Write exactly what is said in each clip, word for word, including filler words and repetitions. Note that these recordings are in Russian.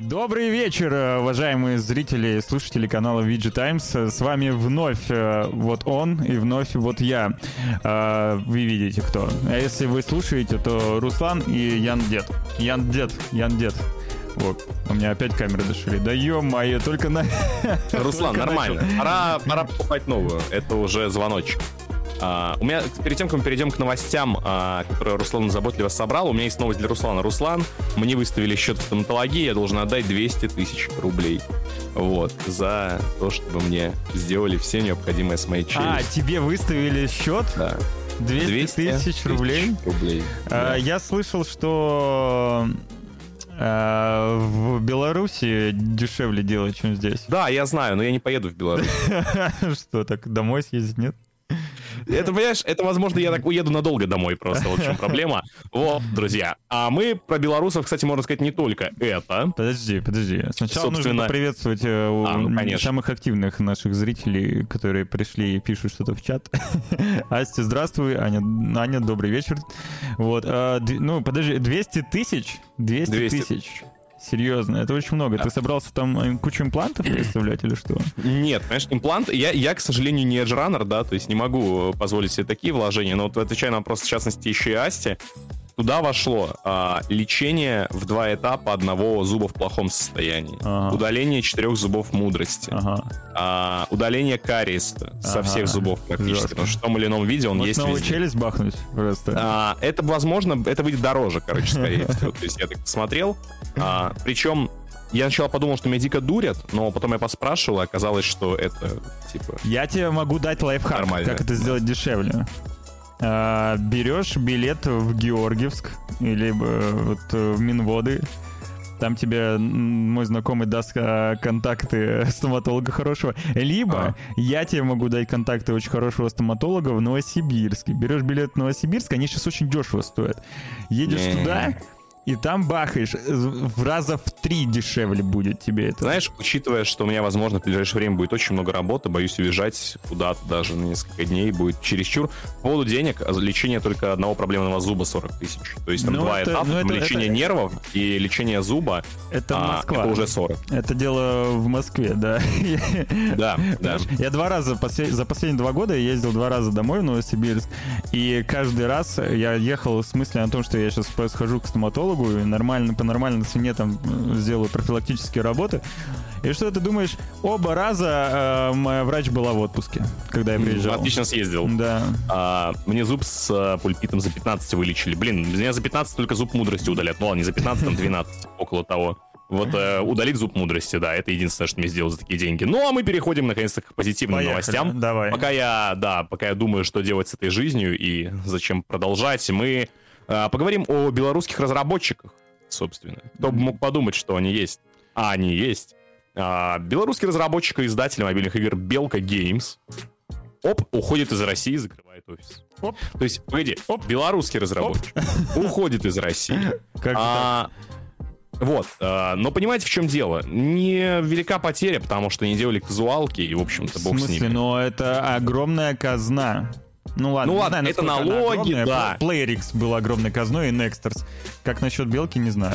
Добрый вечер, уважаемые зрители и слушатели канала ви джи Times. С вами вновь вот он и вновь вот я. Вы видите кто. А если вы слушаете, то Руслан и Ян Дед. Ян Дед, Ян Дед. Вот, у меня опять камеры дошли. Да ё-моё, только на... Руслан, только нормально. Пора, пора покупать новую. Это уже звоночек. Uh, у меня, перед тем, как мы перейдем к новостям, uh, которые Руслан заботливо собрал, у меня есть новость для Руслана. Руслан, мне выставили счет в стоматологии, я должен отдать двести тысяч рублей. Вот, за то, чтобы мне сделали все необходимое с моей челюстью. А, тебе выставили счет? Да. двести тысяч рублей? рублей. Uh, да. Я слышал, что... в Беларуси дешевле делать, чем здесь. Да, я знаю, но я не поеду в Беларусь. Что, так домой съездить, нет? Это, понимаешь, это, возможно, я так уеду надолго домой просто, вот в чем проблема. Вот, друзья. А мы про белорусов, кстати, можно сказать не только это. Подожди, подожди. Сначала Собственно... нужно поприветствовать а, ну, самых активных наших зрителей, которые пришли и пишут что-то в чат. Астя, здравствуй. Аня, Аня, добрый вечер. Вот, а, д... ну, подожди, двести тысяч? двести тысяч. Серьезно, это очень много. Да. Ты собрался там кучу имплантов выставлять или что? Нет, понимаешь, имплант... Я, я, к сожалению, не эджранер, да, то есть не могу позволить себе такие вложения, но вот отвечая на вопрос, в частности, еще и Асти, туда вошло а, лечение в два этапа одного зуба в плохом состоянии, ага. удаление четырех зубов мудрости, ага. а, удаление кариеса ага. со всех зубов практически, жестко. Потому что в том или ином виде он вот есть новую везде. Челюсть бахнуть просто. А, это, возможно, это выйдет дороже, короче, скорее всего. То есть я так посмотрел. А, причем я сначала подумал, что меня дико дурят, но потом я поспрашивал, и оказалось, что это, типа... Я тебе могу дать лайфхак, нормально. Как это сделать дешевле. А, берешь билет в Георгиевск или вот, в Минводы. Там тебе мой знакомый даст а, контакты стоматолога хорошего. Либо а. я тебе могу дать контакты очень хорошего стоматолога в Новосибирске. Берешь билет в Новосибирск, они сейчас очень дешево стоят. Едешь Не-не-не. туда... И там бахаешь, в раза в три дешевле будет тебе это. Знаешь, учитывая, что у меня, возможно, в ближайшее время будет очень много работы, боюсь уезжать куда-то даже на несколько дней, будет чересчур. По поводу денег, лечение только одного проблемного зуба сорок тысяч. То есть там ну два это, этапа, ну это, лечение это... нервов и лечение зуба. Это а, Москва. Это уже сорок. Это дело в Москве, да. Да, да. Я два раза, за последние два года я ездил два раза домой в Новосибирск, и каждый раз я ехал с мыслью о том, что я сейчас схожу к стоматологу, и нормально, по нормальной цене там сделаю профилактические работы. И что ты думаешь? Оба раза э, моя врач была в отпуске, когда я приезжал. Отлично съездил. Да. А, мне зуб с а, пульпитом за пятнадцать вылечили. Блин, меня за пятнадцать только зуб мудрости удалят. Ну ладно, не за пятнадцать, там двенадцать, около того. Вот э, удалить зуб мудрости, да, это единственное, что мне сделал за такие деньги. Ну, а мы переходим, наконец-то, к позитивным Поехали. новостям. Давай. Пока я, да, пока я думаю, что делать с этой жизнью и зачем продолжать, мы э, поговорим о белорусских разработчиках, собственно. Кто бы мог подумать, что они есть. А они есть. А, белорусский разработчик и издатель мобильных игр Белка Games, оп, уходит из России, закрывает офис. Оп. То есть, погоди, оп, белорусский разработчик оп. уходит из России. Как а, Вот, э, но понимаете, в чем дело? Не велика потеря, потому что не делали казуалки, и, в общем-то, бог с ними. В смысле, но это огромная казна. Ну ладно, ну, не ладно знаю, это налоги, да. PlayerX был огромной казной, и Nexters. Как насчет Белки, не знаю.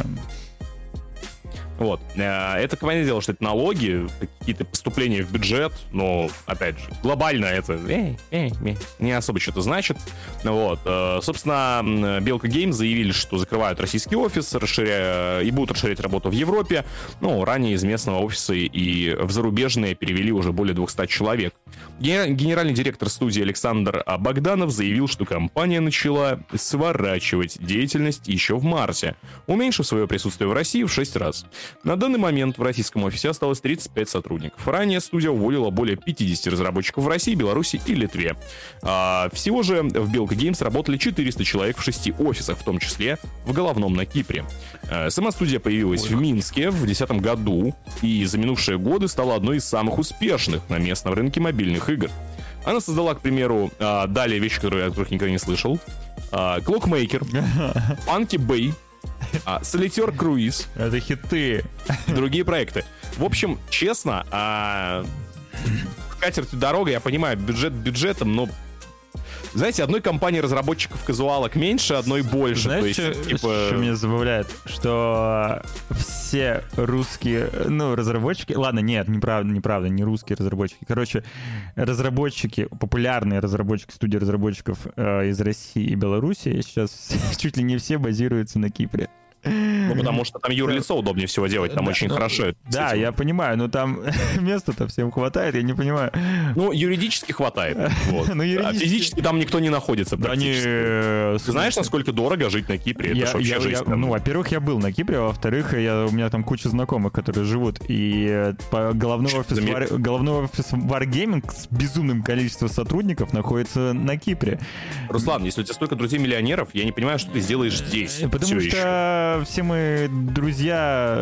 Вот. Это, понятное дело, что это налоги, какие-то поступления в бюджет, но, опять же, глобально это эй, эй, эй, не особо что-то значит. Вот. Собственно, Белка Games заявили, что закрывают российский офис, расширяя, и будут расширять работу в Европе. Ну, ранее из местного офиса и в зарубежные перевели уже более двухсот человек. Генеральный директор студии Александр Богданов заявил, что компания начала сворачивать деятельность еще в марте, уменьшив свое присутствие в России в шесть раз. На данный момент в российском офисе осталось тридцать пять сотрудников. Ранее студия уволила более пятидесяти разработчиков в России, Беларуси и Литве. А, всего же в Белка Games работали четыреста человек в шести офисах, в том числе в головном на Кипре. А, сама студия появилась Ой. в Минске в две тысячи десятом году и за минувшие годы стала одной из самых успешных на местном рынке мобильных игр. Она создала, к примеру, а, далее вещи, которые я которых никогда не слышал. А, Clockmaker, Punky Bay, А, Солитер Круиз. Это хиты. И другие проекты. В общем, честно, а... катертью дорога, я понимаю, бюджет бюджетом, но знаете, одной компании разработчиков казуалок меньше, одной больше. Знаешь, то есть, что, типа... что меня забавляет? Что все все русские, ну, разработчики... Ладно, нет, неправда, неправда, не русские разработчики. Короче, разработчики, популярные разработчики, студии разработчиков э, из России и Беларуси сейчас чуть ли не все базируются на Кипре. Ну, потому что там юрлицо удобнее всего делать, там да, очень ну, хорошо. Да, я понимаю, но там места-то всем хватает, я не понимаю. Ну, юридически хватает. Вот. ну, юридически... А физически там никто не находится практически. Да не... Ты знаешь, насколько дорого жить на Кипре? Это я, ж вообще я, жизнь. Я, ну, во-первых, я был на Кипре, а во-вторых, я, у меня там куча знакомых, которые живут. И по головной, офис, вар, головной офис Wargaming с безумным количеством сотрудников находится на Кипре. Руслан, если у тебя столько друзей-миллионеров, я не понимаю, что ты сделаешь здесь. Потому что еще. все мы друзья,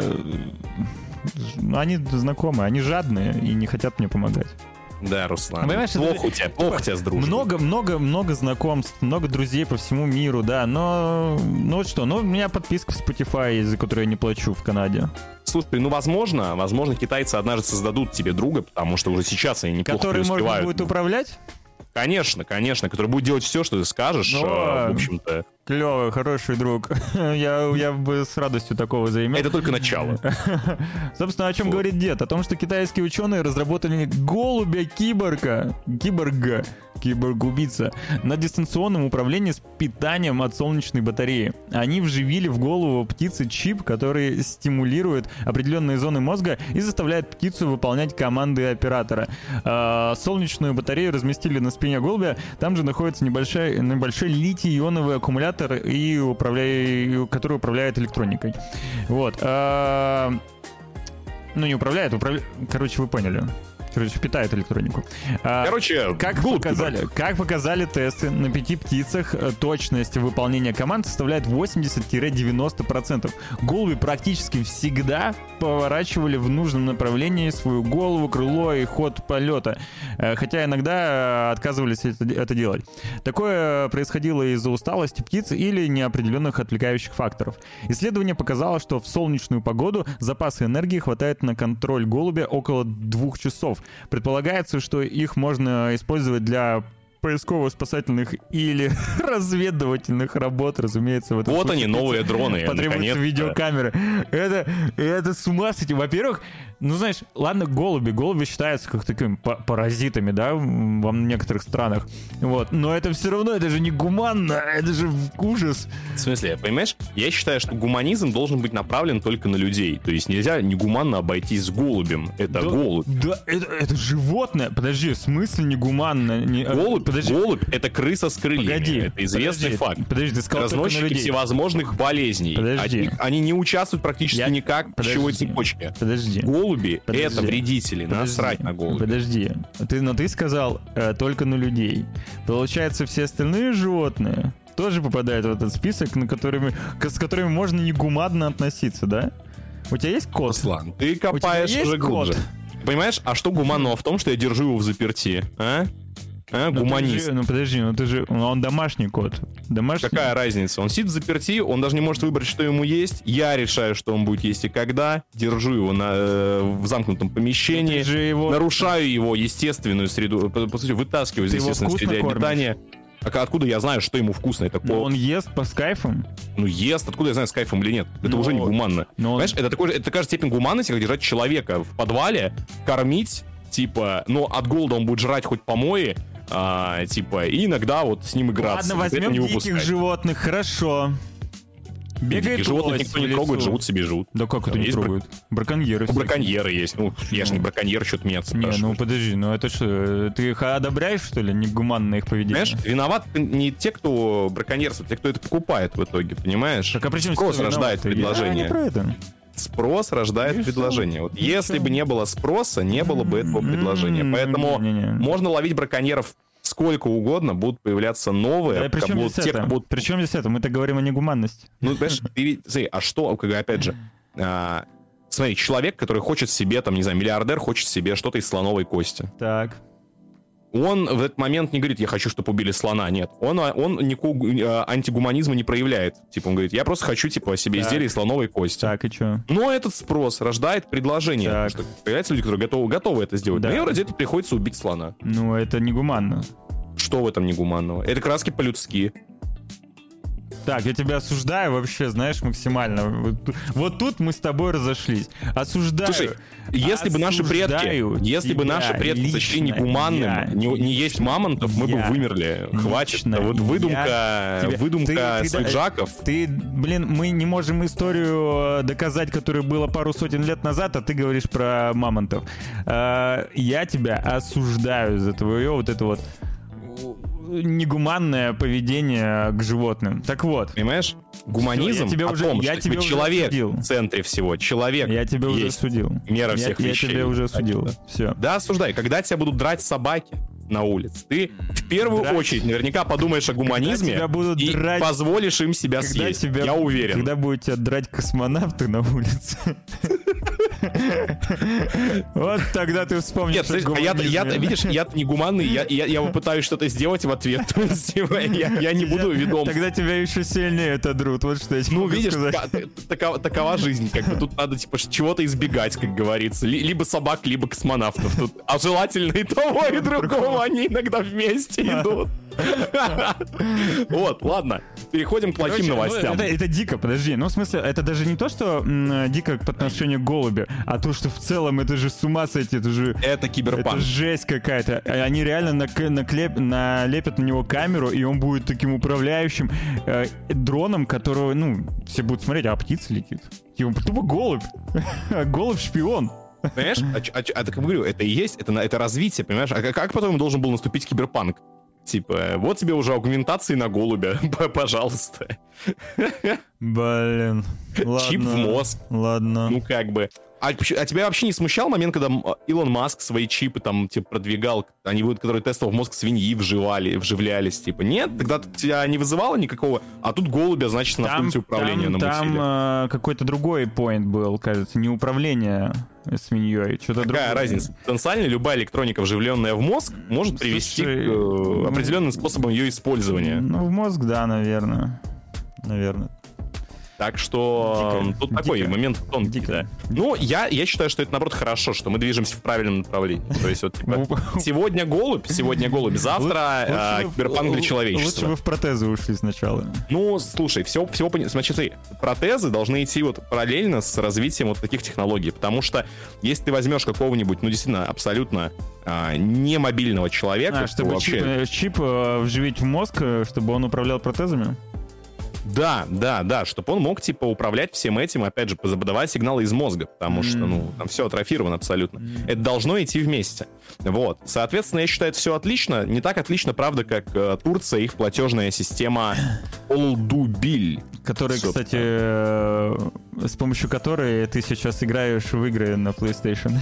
они знакомые, они жадные и не хотят мне помогать. Да, Руслан. Понимаешь, плохо это, у тебя, плохо у тебя с дружбой. Много, много, много знакомств, много друзей по всему миру, да, но, ну вот что, ну у меня подписка в Spotify, за которую я не плачу в Канаде. Слушай, ну возможно, возможно, китайцы однажды создадут тебе друга, потому что уже сейчас они неплохо который преуспевают. Который можно будет управлять? Конечно, конечно, который будет делать все, что ты скажешь, но, э, в общем-то. Клевый, хороший друг. я, я бы с радостью такого заимел. Это только начало. Собственно, о чем вот. говорит дед? О том, что китайские ученые разработали голубя-киборга, киборга, киборг-убийца, на дистанционном управлении с питанием от солнечной батареи. Они вживили в голову птицы чип, который стимулирует определенные зоны мозга и заставляет птицу выполнять команды оператора. А, солнечную батарею разместили на спине голубя, там же находится небольшой, небольшой литий-ионовый аккумулятор, и управляя, который управляет электроникой. Вот. А, ну, не управляет, управляет... Короче, вы поняли. Короче, питает электронику. Короче, как показали, как показали тесты, на пяти птицах точность выполнения команд составляет восемьдесят-девяносто процентов. Голуби практически всегда поворачивали в нужном направлении свою голову, крыло и ход полета, хотя иногда отказывались это, это делать. Такое происходило из-за усталости птиц или неопределенных отвлекающих факторов. Исследование показало, что в солнечную погоду запаса энергии хватает на контроль голубя около двух часов. Предполагается, что их можно использовать для поисково-спасательных или разведывательных работ, разумеется. В этом вот они, новые дроны. Потребуются видеокамеры. Это, это с ума сойти. Во-первых, ну знаешь, ладно, голуби. Голуби считаются как такими паразитами, да, во некоторых странах. Вот. Но это все равно, это же не гуманно, это же ужас. В смысле, понимаешь? Я считаю, что гуманизм должен быть направлен только на людей. То есть нельзя негуманно обойтись с голубем. Это да, голубь. Да, это, это животное. Подожди, в смысле негуманно? Не... Голубь? Подожди. Голубь — это крыса с крыльями. Погоди, это известный подожди, факт. Подожди, ты сказал разносчики всевозможных болезней. Подожди. Они, они не участвуют практически Я... никак в пищевой цепочке. Подожди. Голуби — подожди. это вредители. Подожди. Насрать на голубей. Подожди. Ты, но ты сказал э, только на людей. Получается, все остальные животные тоже попадают в этот список, на которыми, с которыми можно негуманно относиться, да? У тебя есть кот? Руслан, ты копаешь У тебя уже есть глубже. кот? Понимаешь, а что гуманного в том, что я держу его в заперти, а? А, ну, гуманист. Же, ну подожди, ну ты же, он домашний кот. Домашний. Какая разница? Он сидит в заперти, он даже не может выбрать, что ему есть. Я решаю, что он будет есть и когда. Держу его на, э, в замкнутом помещении. Же его... Нарушаю его естественную среду. По, по сути, вытаскиваю из естественной среды обитания. А откуда я знаю, что ему вкусно? Это но он ест по с кайфом? Ну, ест. Откуда я знаю, с кайфом или нет? Это но... уже не гуманно. Но он... Понимаешь, это, такой, это такая же степень гуманности, как держать человека в подвале, кормить, типа, ну, от голода он будет жрать хоть помои, а, типа, и иногда вот с ним играться. Ладно, возьмем диких животных, хорошо. Бегает диких животных никто не трогает, живут себе живут. Да как это не трогают? Браконьеры. Ну, браконьеры есть. Ну, я же не браконьер, что-то меня спрашиваешь. Не, ну подожди, ну это что, ты их одобряешь, что ли, негуманное их поведение? Знаешь, виноват не те, кто браконьерство, те, кто это покупает в итоге, понимаешь? Так, а при чем спрос рождает предложение. Я не про это. Спрос рождает и предложение. Вот и если что? бы не было спроса, не было бы этого предложения. Поэтому не, не, не. можно ловить браконьеров сколько угодно, будут появляться новые. Да, причем будут здесь те, это? кто будут... Причем здесь это? Мы-то говорим о негуманности. Ну, понимаешь, ты, смотри, а что, как, опять же, а, смотри, человек, который хочет себе, там, не знаю, миллиардер, хочет себе что-то из слоновой кости. Так. Он в этот момент не говорит, я хочу, чтобы убили слона, нет. Он, он никакого антигуманизма не проявляет. Типа, он говорит, я просто хочу, типа, себе так. изделие из слоновой кости. Так, и что? Но этот спрос рождает предложение. Так. Потому что появляются люди, которые готовы, готовы это сделать. Да. Но им ради этого приходится убить слона. Ну, это негуманно. Что в этом негуманного? Это краски по-людски. Так, я тебя осуждаю вообще, знаешь, максимально. Вот, вот тут мы с тобой разошлись. Осуждаю. Слушай, если бы наши предки, если бы наши предки сочли негуманным, я, не, не есть мамонтов, мы я, бы вымерли. Хватит. Вот выдумка, тебя, выдумка ты, слэджаков. Ты, блин, мы не можем историю доказать, которая была пару сотен лет назад, а ты говоришь про мамонтов. Я тебя осуждаю за твое вот это вот негуманное поведение к животным. Так вот. Понимаешь? Гуманизм Все, о уже, том, я что типа, человек судил. в центре всего. Человек Я тебя есть уже судил. Мера всех я, вещей. Я тебя уже судил. Все. Да, осуждай. Когда тебя будут драть собаки на улице, ты в первую драть. очередь наверняка подумаешь о гуманизме и драть... позволишь им себя когда съесть. Тебя... Я уверен. Когда будут тебя драть космонавты на улице. Вот тогда ты вспомнишь. Нет, а я, видишь, я-то не гуманный, я, я, я попытаюсь что-то сделать в ответ. я, я не буду ведом. Тогда тебя еще сильнее это друт, вот что я тебе Ну, видишь, такова, такова жизнь, как бы тут надо типа чего-то избегать, как говорится. Либо собак, либо космонавтов. Тут, а желательно и того, и другого, они иногда вместе идут. Вот, ладно, переходим к плохим новостям. Это, это дико, подожди. Ну, в смысле, это даже не то, что м, дико по отношению к голубю, а то, что в целом это же с ума сойти, это же... Это киберпанк. Это жесть какая-то. Они реально наклеп, налепят на него камеру, и он будет таким управляющим э, дроном, которого, ну, все будут смотреть, а птица летит. Типа, тупо голубь. Голубь-шпион. Понимаешь? А, а, а так я говорю, это и есть, это, это развитие, понимаешь? А как потом должен был наступить киберпанк? Типа, вот тебе уже аугментации на голубя, пожалуйста. Блин, ладно. Чип в мозг. Ладно. Ну, как бы. А, а тебя вообще не смущал момент, когда Илон Маск свои чипы там, типа, продвигал, они, которые тестовал в мозг свиньи вживали, вживлялись, типа, нет? Тогда тебя не вызывало никакого? А тут голубя, значит, на пункте управления намутили. Там э, какой-то другой поинт был, кажется, не управление свиньей, что-то другое. Какая разница? Потенциально любая электроника, вживленная в мозг, может привести Слушай, к э, определенным способам ее использования. Ну, в мозг, да, наверное. Наверное. Так что дико, тут дико, такой момент тонкий, дико. Да. Ну, я, я считаю, что это, наоборот, хорошо, что мы движемся в правильном направлении. То есть, вот, типа, сегодня голубь, сегодня голубь, завтра э, киберпанк для человечества. Лучше бы в протезы ушли сначала. Ну, слушай, всего, всего значит, смотри, протезы должны идти вот параллельно с развитием вот таких технологий, потому что если ты возьмешь какого-нибудь, ну, действительно, абсолютно а, не мобильного человека... А, чтобы вообще... чип, чип э, вживить в мозг, чтобы он управлял протезами? Да, да, да, чтобы он мог, типа, управлять всем этим, опять же, подавая сигналы из мозга, потому mm. что, ну, там все атрофировано абсолютно. Mm. Это должно идти вместе. Вот. Соответственно, я считаю, это все отлично. Не так отлично, правда, как э, Турция, их платежная система Олдубиль. Которая, кстати, э, с помощью которой ты сейчас играешь в игры на PlayStation.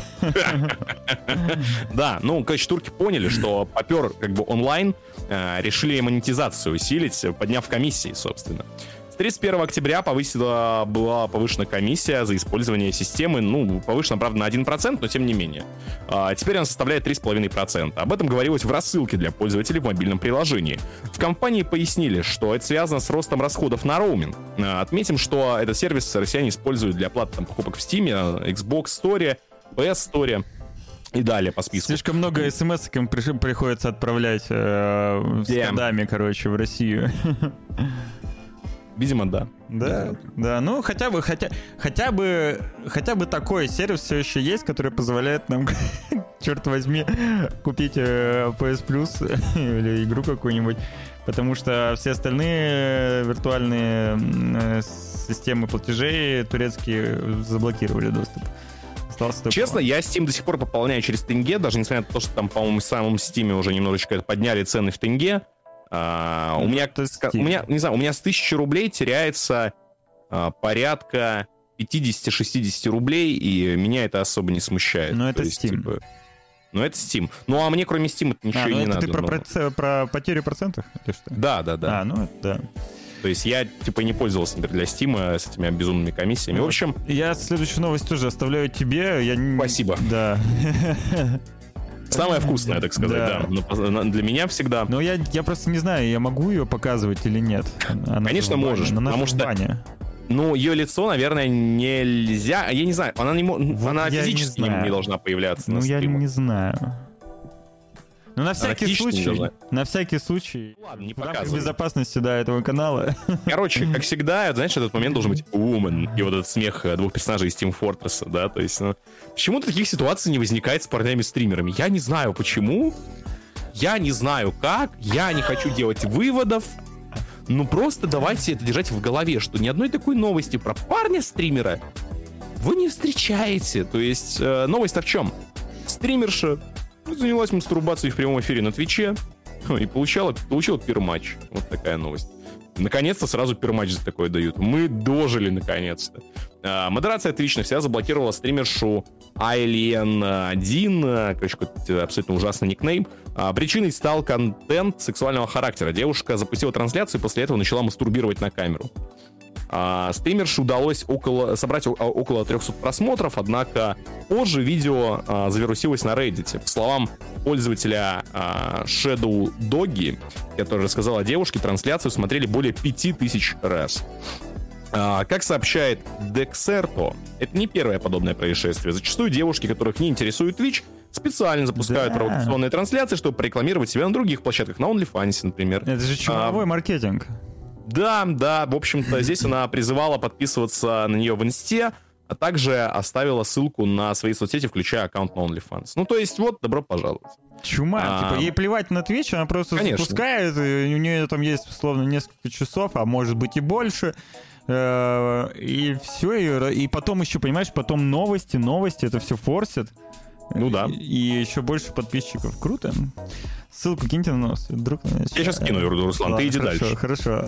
Да, ну, короче, турки поняли, что попер, как бы, онлайн, решили монетизацию усилить, подняв комиссии, собственно. С тридцать первого октября повысила, была повышена комиссия за использование системы, ну, повышена, правда, на один процент, но тем не менее. А теперь она составляет три целых пять десятых процента. Об этом говорилось в рассылке для пользователей в мобильном приложении. В компании пояснили, что это связано с ростом расходов на роуминг. Отметим, что этот сервис россияне используют для оплаты там, покупок в Steam, Xbox Store, пи эс Store и далее по списку. Слишком много смс-ок им при- приходится отправлять э, с yeah. кодами, короче, в Россию. Видимо, да. Да, да, ну хотя бы, хотя, хотя бы, хотя бы такой сервис все еще есть, который позволяет нам, черт возьми, купить э, пи эс Plus или игру какую-нибудь, потому что все остальные виртуальные э, системы платежей турецкие заблокировали доступ. Честно, я Steam до сих пор пополняю через тенге, даже несмотря на то, что там, по-моему, в самом Steam уже немножечко подняли цены в тенге. Uh, у, меня, у меня, не знаю, у меня с тысячи рублей теряется uh, порядка пятьдесят-шестьдесят рублей, и меня это особо не смущает. Но это есть, Steam. Типа, ну, это Steam. Ну, а мне кроме Steam это ничего а, ну не это надо. Ты про, но... про, про потерю процентов? Или что? Да, да, да. А, ну, да. То есть я, типа, не пользовался, например, для Steam с этими безумными комиссиями. Ну, в общем... Я следующую новость тоже оставляю тебе. Я... Спасибо. Да. Самое вкусное, так сказать, да. да. Для меня всегда. Но я, я просто не знаю, я могу ее показывать или нет. Она Конечно, можешь, на потому что... Бане. Ну, ее лицо, наверное, нельзя. Я не знаю, она, не, вот она физически не, не должна появляться ну, на стримах. Ну, я не знаю. Ну, на всякий случай, на всякий случай, ладно, не в рамках показывай. безопасности, да, этого канала. Короче, как всегда, знаешь, этот момент должен быть woman, и вот этот смех двух персонажей из Team Fortress, да, то есть, ну, почему-то таких ситуаций не возникает с парнями-стримерами. Я не знаю, почему, я не знаю как, я не хочу делать выводов, ну, просто давайте это держать в голове, что ни одной такой новости про парня-стримера вы не встречаете. То есть, э, новость-то в чем? Стримерша занялась мастурбацией в прямом эфире на Твиче и получала, получила пир-матч. Вот такая новость. Наконец-то сразу пир-матч за такое дают. Мы дожили наконец-то. А, модерация Twitch навсегда заблокировала стримершу Айлен один. Короче, какой-то абсолютно ужасный никнейм. А, причиной стал контент сексуального характера. Девушка запустила трансляцию и после этого начала мастурбировать на камеру. А, стримерше удалось около, собрать о, около трехсот просмотров, однако позже видео а, завирусилось на Reddit. По словам пользователя а, Shadow Doggy, который рассказал о девушке, трансляцию смотрели более пяти тысяч раз. А, как сообщает Dexerto, это не первое подобное происшествие. Зачастую девушки, которых не интересует Twitch, специально запускают да. провокационные трансляции, чтобы порекламировать себя на других площадках, на OnlyFans, например. Это же чумовой а, маркетинг. Да, да, в общем-то, здесь она призывала подписываться на нее в инсте, а также оставила ссылку на свои соцсети, включая аккаунт на OnlyFans. Ну, то есть, вот, добро пожаловать. Чума, а, типа, ей плевать на Twitch, она просто конечно. запускает, и у нее там есть, условно, несколько часов, а может быть и больше, и все, и потом еще, понимаешь, потом новости, новости, это все форсит. Ну да. И еще больше подписчиков. Круто. Ссылку киньте на нас, вдруг... Я сейчас кину, Руслан, Ладно, ты иди хорошо, дальше. Хорошо,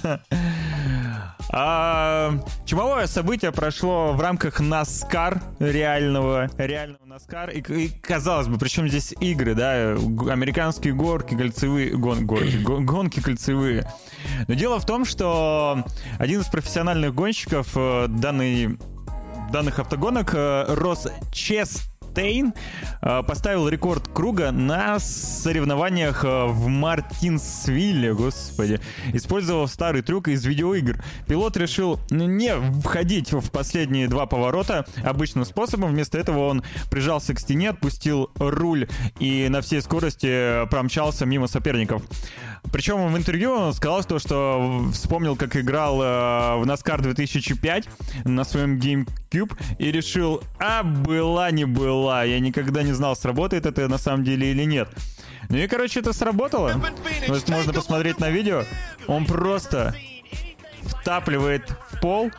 а, чумовое событие прошло в рамках NASCAR, реального, реального NASCAR. И, и казалось бы, причем здесь игры, да, американские горки, кольцевые, гон, горки, гон, гонки кольцевые. Но дело в том, что один из профессиональных гонщиков данный, данных автогонок, Росс Честейн, поставил рекорд круга на соревнованиях в Мартинсвилле, господи, использовав старый трюк из видеоигр. Пилот решил не входить в последние два поворота обычным способом. Вместо этого он прижался к стене, отпустил руль и на всей скорости промчался мимо соперников. Причем в интервью он сказал, что, что вспомнил, как играл в NASCAR две тысячи пять на своем GameCube и решил, а была не была. Я никогда не знал, сработает это на самом деле или нет. Ну и, короче, это сработало. Вот можно посмотреть на видео. Он просто втапливает в пол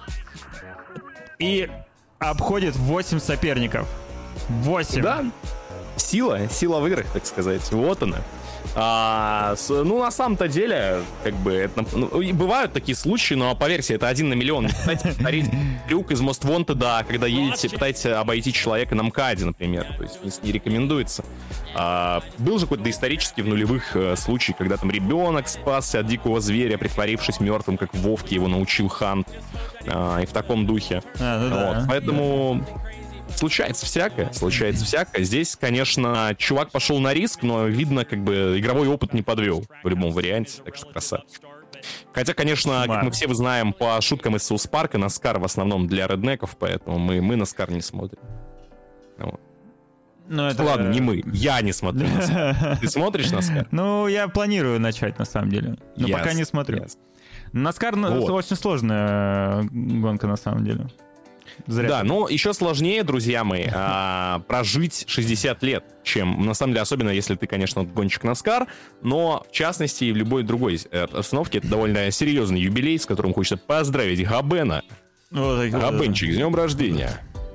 и обходит восемь соперников. восемь. Да. Сила, сила в играх, так сказать. Вот она. А, с, ну, на самом-то деле, как бы, это, ну, бывают такие случаи, но, поверьте, это один на миллион. Пытайтесь повторить трюк из Most Wanted, да, когда едете, пытаетесь обойти человека на МКАДе, например. То есть не, не рекомендуется. А, был же какой-то доисторический в нулевых э, случай, когда там ребенок спасся от дикого зверя, притворившись мертвым, как в Вовке его научил Хант. А, и в таком духе. А, ну вот, да, поэтому... Да. Случается всякое, случается всякое. Здесь, конечно, чувак пошел на риск, но видно, как бы игровой опыт не подвел в любом варианте, так что красавец. Хотя, конечно, как мы все вы знаем по шуткам из Соус Парка, NASCAR в основном для реднеков, поэтому мы, мы NASCAR не смотрим. Вот. Ну, это... Ладно, не мы, я не смотрю NASCAR. Ты смотришь NASCAR? Ну, я планирую начать, на самом деле, но yes, пока не смотрю. Yes. NASCAR вот. Очень сложная гонка, на самом деле. Зря. Да, но еще сложнее, друзья мои, а, прожить шестьдесят лет, чем, на самом деле, особенно если ты, конечно, гонщик NASCAR, но, в частности, и в любой другой обстановке, это довольно серьезный юбилей, с которым хочется поздравить Габена. Вот, Габенчик, с днем рождения.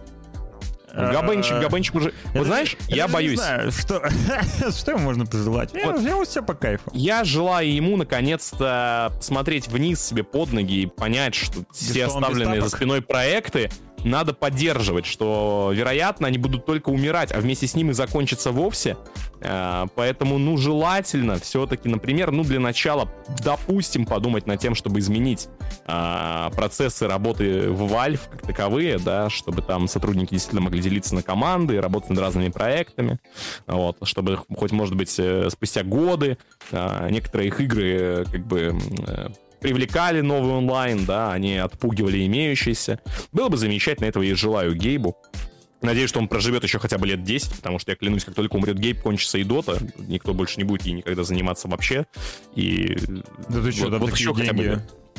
Габенчик, Габенчик уже... Вот знаешь, я боюсь... Что ему можно пожелать? Я все по кайфу. Я желаю ему, наконец-то, смотреть вниз себе под ноги и понять, что все оставленные за спиной проекты надо поддерживать, что, вероятно, они будут только умирать, а вместе с ним и закончатся вовсе. Поэтому, ну, желательно все-таки, например, ну, для начала, допустим, подумать над тем, чтобы изменить а, процессы работы в Valve как таковые, да, чтобы там сотрудники действительно могли делиться на команды, работать над разными проектами, вот, чтобы хоть, может быть, спустя годы а, некоторые их игры, как бы... привлекали новый онлайн, да, они отпугивали имеющиеся. Было бы замечательно, этого и желаю Гейбу. Надеюсь, что он проживет еще хотя бы лет десять, потому что, я клянусь, как только умрет Гейб, кончится и Дота, никто больше не будет ей никогда заниматься вообще. И... Да ты что, вот, там вот такие деньги?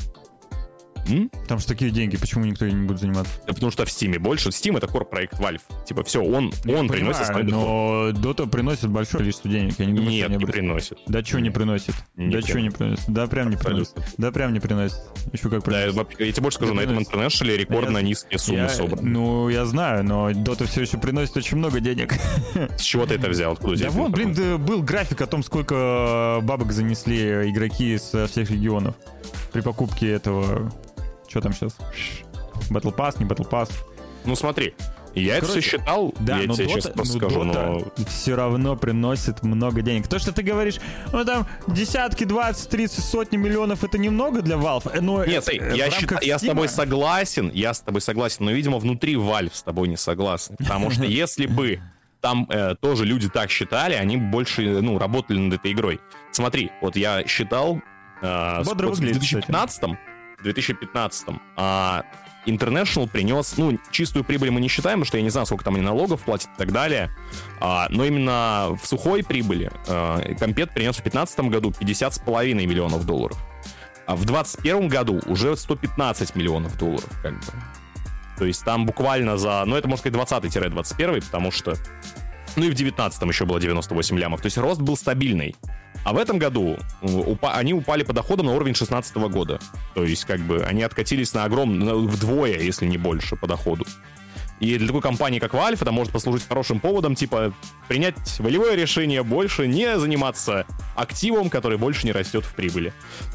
М? Там же такие деньги, почему никто не будет заниматься? Да потому что в Steam больше. Steam — это core-проект Valve. Типа, все, он, я он понимаю, приносит свой но Dota приносит большое количество денег. Я не думаю, Нет, что они не брать. приносит. Да что не приносит? Не да что не приносит? Да прям не приносит. Да прям не приносит. Еще как приносит. Да, я тебе больше скажу, да, на этом International рекордно я, низкие суммы я, собраны. Ну, я знаю, но Dota все еще приносит очень много денег. С чего ты это взял? Откуда да вон, блин, да, был график о том, сколько бабок занесли игроки со всех регионов при покупке этого... Что там сейчас? Battle Pass, не Battle Pass. Ну смотри, я Короче, это все считал, да, я но тебе Dota, сейчас просто ну, скажу, Dota но... все равно приносит много денег. То, что ты говоришь, ну там десятки, двадцать, тридцать, сотни миллионов, это немного для Valve, но... Нет, это, я, считаю, я с тобой согласен, я с тобой согласен, но, видимо, внутри Valve с тобой не согласны, потому что если бы там э, тоже люди так считали, они больше, ну, работали над этой игрой. Смотри, вот я считал э, вот в две тысячи пятнадцатом, в две тысячи пятнадцатом а, International принес, ну, чистую прибыль мы не считаем, потому что я не знаю, сколько там они налогов платят и так далее, а, но именно в сухой прибыли а, Компет принес в пятнадцатом году пятьдесят с половиной миллионов долларов, а в двадцать первом году уже сто пятнадцать миллионов долларов, как бы. То есть там буквально за, ну, это, можно сказать, двадцатый - двадцать первый, потому что, ну, и в девятнадцатом еще было девяносто восемь лямов, то есть рост был стабильный. А в этом году упа- они упали по доходам на уровень шестнадцатого года. То есть, как бы, они откатились на огромное, вдвое, если не больше, по доходу. И для такой компании, как Valve, это может послужить хорошим поводом, типа, принять волевое решение больше не заниматься активом, который больше не растет в прибыли.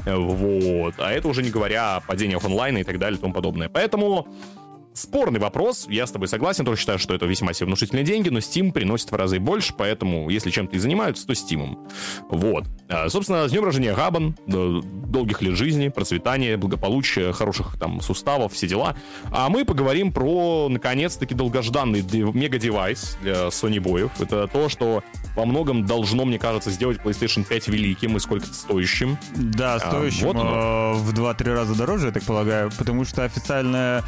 Вот. А это уже не говоря о падениях онлайна и так далее и тому подобное. Поэтому... Спорный вопрос, я с тобой согласен, тоже считаю, что это весьма себе внушительные деньги, но Steam приносит в разы больше, поэтому, если чем-то и занимаются, то Steam. Вот. А, собственно, с днем рождения, Габан, долгих лет жизни, процветания, благополучия, хороших там суставов, все дела. А мы поговорим про, наконец-таки, долгожданный мега-девайс для Sony боев. Это то, что во многом должно, мне кажется, сделать PlayStation пять великим и сколько-то стоящим. Да, стоящим а, вот в два-три раза дороже, я так полагаю, потому что официальная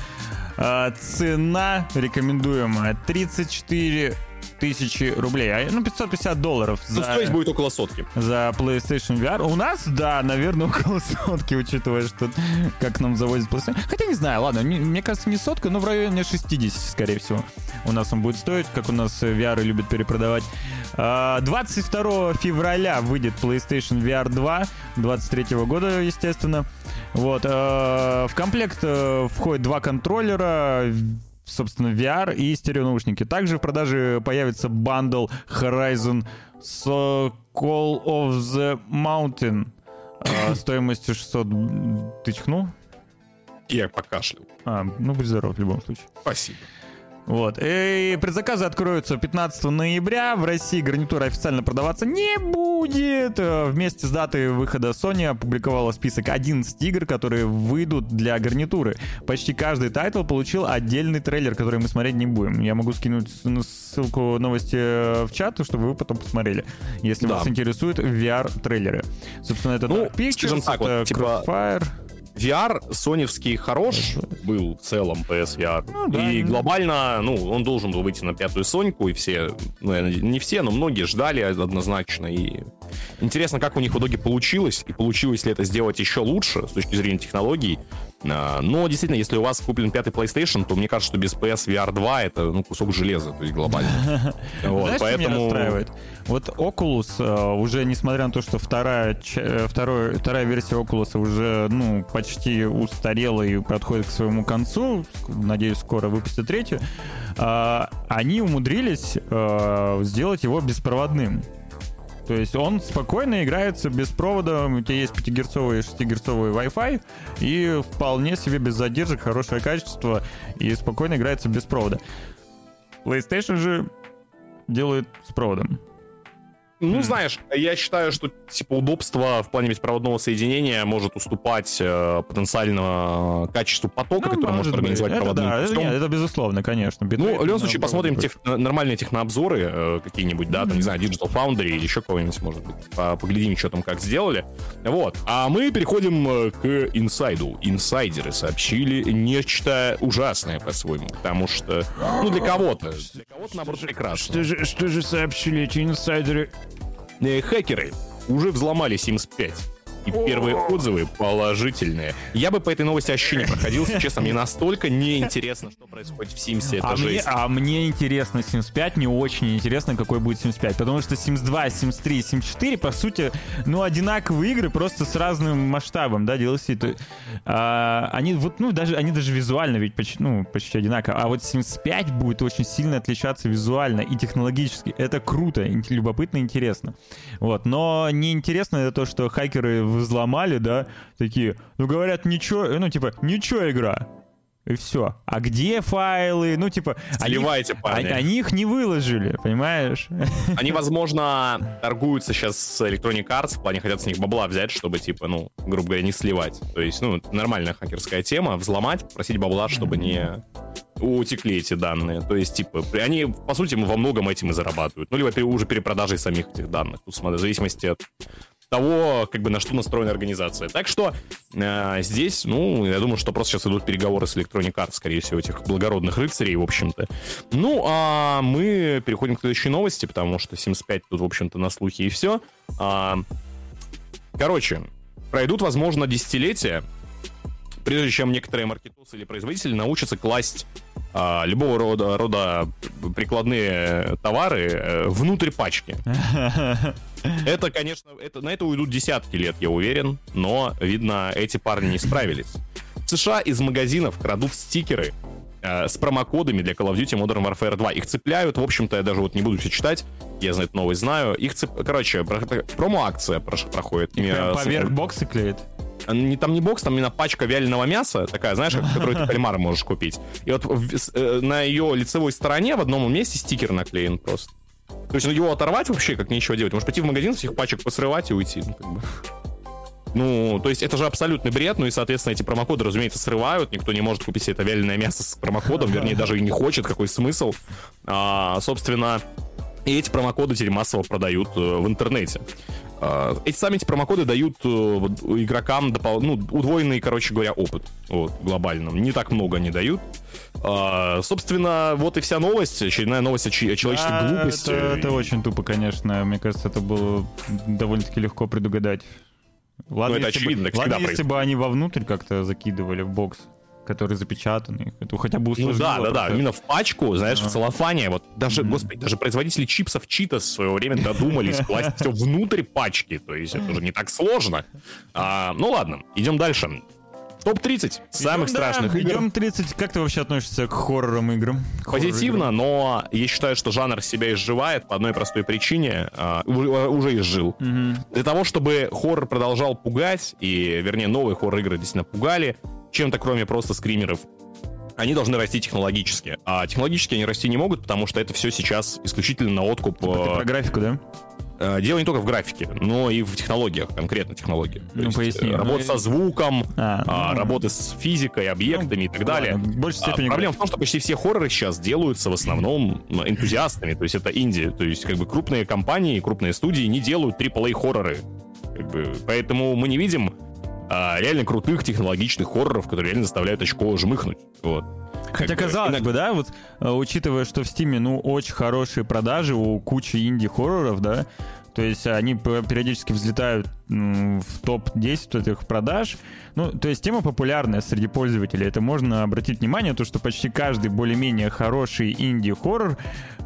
цена рекомендуемая тридцать четыре тысячи рублей, а, ну, пятьсот пятьдесят долларов. За, ну, стоить будет около сотки. За PlayStation ви ар. У нас, да, наверное, около сотки, учитывая, что как нам завозят PlayStation. Хотя не знаю, ладно, не, мне кажется, не сотка, но в районе шестьдесят, скорее всего. У нас он будет стоить, как у нас ви ар любят перепродавать. двадцать второго февраля выйдет PlayStation ви ар два двадцать третьего года, естественно. Вот. В комплект входит два контроллера, собственно, ви ар и стереонаушники. Также в продаже появится бандл Horizon Call of the Mountain стоимостью шестьсот... Ты чихнул? Я покашлял. А, ну будь здоров в любом случае. Спасибо. Вот. И предзаказы откроются пятнадцатого ноября. В России гарнитура официально продаваться не будет. Вместе с датой выхода Sony опубликовала список одиннадцати игр, которые выйдут для гарнитуры. Почти каждый тайтл получил отдельный трейлер, который мы смотреть не будем. Я могу скинуть ссылку новости в чат, чтобы вы потом посмотрели, если да. вас интересуют ви ар-трейлеры. Собственно, это ну, Dark Pictures, так, это вот, типа... Crossfire. ви ар соневский хорош был в целом пи эс ви ар. Ну, да, и глобально, ну, он должен был выйти на пятую Соньку, и все, ну, не все, но многие ждали однозначно. И интересно, как у них в итоге получилось, и получилось ли это сделать еще лучше с точки зрения технологий. Но действительно, если у вас куплен пятый PlayStation, то мне кажется, что без пи эс ви ар два это, ну, кусок железа, то есть глобально. Знаешь, что меня расстраивает? Вот Oculus уже, несмотря на то, что вторая, второй, вторая версия Oculus уже, ну, почти устарела и подходит к своему концу, надеюсь, скоро выпустят третью, они умудрились сделать его беспроводным. То есть он спокойно играется без провода, у тебя есть пятигерцовый и шестигерцовый Wi-Fi, и вполне себе без задержек, хорошее качество, и спокойно играется без провода. PlayStation же делает с проводом. Ну, mm. знаешь, я считаю, что типа удобство в плане беспроводного соединения может уступать э, потенциально качеству потока, ну, который может, может организовать это проводным да, путем. Это, нет, это безусловно, конечно. Битрейт, ну, в любом случае, посмотрим тех, нормальные технообзоры э, какие-нибудь, да, mm-hmm. там, не знаю, Digital Foundry или еще кого-нибудь, может быть. Поглядим, что там как сделали. Вот. А мы переходим к инсайду. Инсайдеры сообщили нечто ужасное по-своему, потому что, ну, для кого-то, для кого-то, наоборот, прекрасно. Что же, что же сообщили эти инсайдеры? Хакеры уже взломали Sims пять. И первые отзывы положительные. Я бы по этой новости вообще не проходился, честно, мне настолько неинтересно, что происходит в Sims. Это а, мне, а мне интересно Sims пять, не очень интересно, какой будет Sims пять, потому что Sims два, Sims три, Sims четыре, по сути, ну, одинаковые игры, просто с разным масштабом, да, ди эл си. То, а, они вот, ну, даже, они даже визуально ведь почти, ну, почти одинаковые. А вот Sims пять будет очень сильно отличаться визуально и технологически. Это круто, любопытно, интересно. Вот, но неинтересно это то, что хакеры взломали, да, такие, ну, говорят, ничего, ну, типа, ничего, игра. И все. А где файлы? Ну, типа... Сливайте, они, они их не выложили, понимаешь? Они, возможно, торгуются сейчас с Electronic Arts, в плане хотят с них бабла взять, чтобы, типа, ну, грубо говоря, не сливать. То есть, ну, нормальная хакерская тема. Взломать, просить бабла, чтобы не утекли эти данные. То есть, типа, они, по сути, во многом этим и зарабатывают. Ну, либо уже перепродажей самих этих данных. Тут, смотри, в зависимости от того, как бы, на что настроена организация. Так что э, здесь, ну, я думаю, что просто сейчас идут переговоры с Electronic Arts, скорее всего, этих благородных рыцарей, в общем-то. Ну, а мы переходим к следующей новости, потому что Sims пять тут, в общем-то, на слухе и все. А, короче, пройдут, возможно, десятилетия, прежде чем некоторые маркетологи или производители научатся класть а, любого рода, рода прикладные товары а, внутрь пачки. Это, конечно, это, на это уйдут десятки лет, я уверен, но, видно, эти парни не справились. В США из магазинов крадут стикеры э, с промокодами для Call of Duty Modern Warfare два. Их цепляют, в общем-то, я даже вот не буду все читать, я за это новость знаю. Их цеп... Короче, промо-акция проходит. Их прям поверх бокса клеит? Не, там не бокс, там именно пачка вяленого мяса, такая, знаешь, которую ты кальмара можешь купить. И вот в, э, на ее лицевой стороне в одном месте стикер наклеен просто. То есть его оторвать вообще как нечего делать. Можешь пойти в магазин, всех пачек посрывать и уйти. Ну, как бы. Ну, то есть это же абсолютный бред. Ну и, соответственно, эти промокоды, разумеется, срывают. Никто не может купить себе это вяленое мясо с промокодом. Вернее, даже и не хочет. Какой смысл? А, собственно, и эти промокоды теперь массово продают э, в интернете. Uh, эти сами эти промокоды дают uh, игрокам допол- ну, удвоенный, короче говоря, опыт. Вот, глобально. Не так много они дают. Uh, собственно, вот и вся новость. Очередная новость о, ч- о человеческой а, глупости. Это, это очень тупо, конечно. Мне кажется, это было довольно-таки легко предугадать. Ладно, ну, это если очевидно. Бы, ладно, если бы они вовнутрь как-то закидывали в бокс, который запечатанный, это хотя бы усложнило. Ну да, да, да, именно в пачку, знаешь, а. в целлофане. Вот даже, mm-hmm. господи, даже производители чипсов Cheetos в свое время додумались класть все внутрь пачки. То есть это уже не так сложно. А, ну ладно, идем дальше. топ тридцать самых идем, страшных да, игр. Идем тридцать. Как ты вообще относишься к хоррорам играм? Позитивно, но я считаю, что жанр себя изживает по одной простой причине. А, уже изжил. Mm-hmm. Для того, чтобы хоррор продолжал пугать, и, вернее, новые хоррор-игры действительно пугали, чем-то кроме просто скримеров, они должны расти технологически. А технологически они расти не могут, потому что это все сейчас исключительно на откуп. Ты про графику, да? Дело не только в графике, но и в технологиях, конкретно технологии. Ну, поясни. Работа ну, со звуком, а, ну, работа с физикой, объектами ну, и так далее. В большей степени. А, проблема в том, что почти все хорроры сейчас делаются в основном энтузиастами, то есть это инди, то есть как бы крупные компании, крупные студии не делают трипл эй хорроры. Как бы, поэтому мы не видим а, реально крутых технологичных хорроров, которые реально заставляют очко жмыхнуть. Вот. Хотя, казалось бы, да, вот учитывая, что в Стиме, ну, очень хорошие продажи у кучи инди-хорроров, да, то есть они периодически взлетают ну, в топ десять этих продаж. Ну, то есть тема популярная среди пользователей. Это можно обратить внимание, то, что почти каждый более-менее хороший инди-хоррор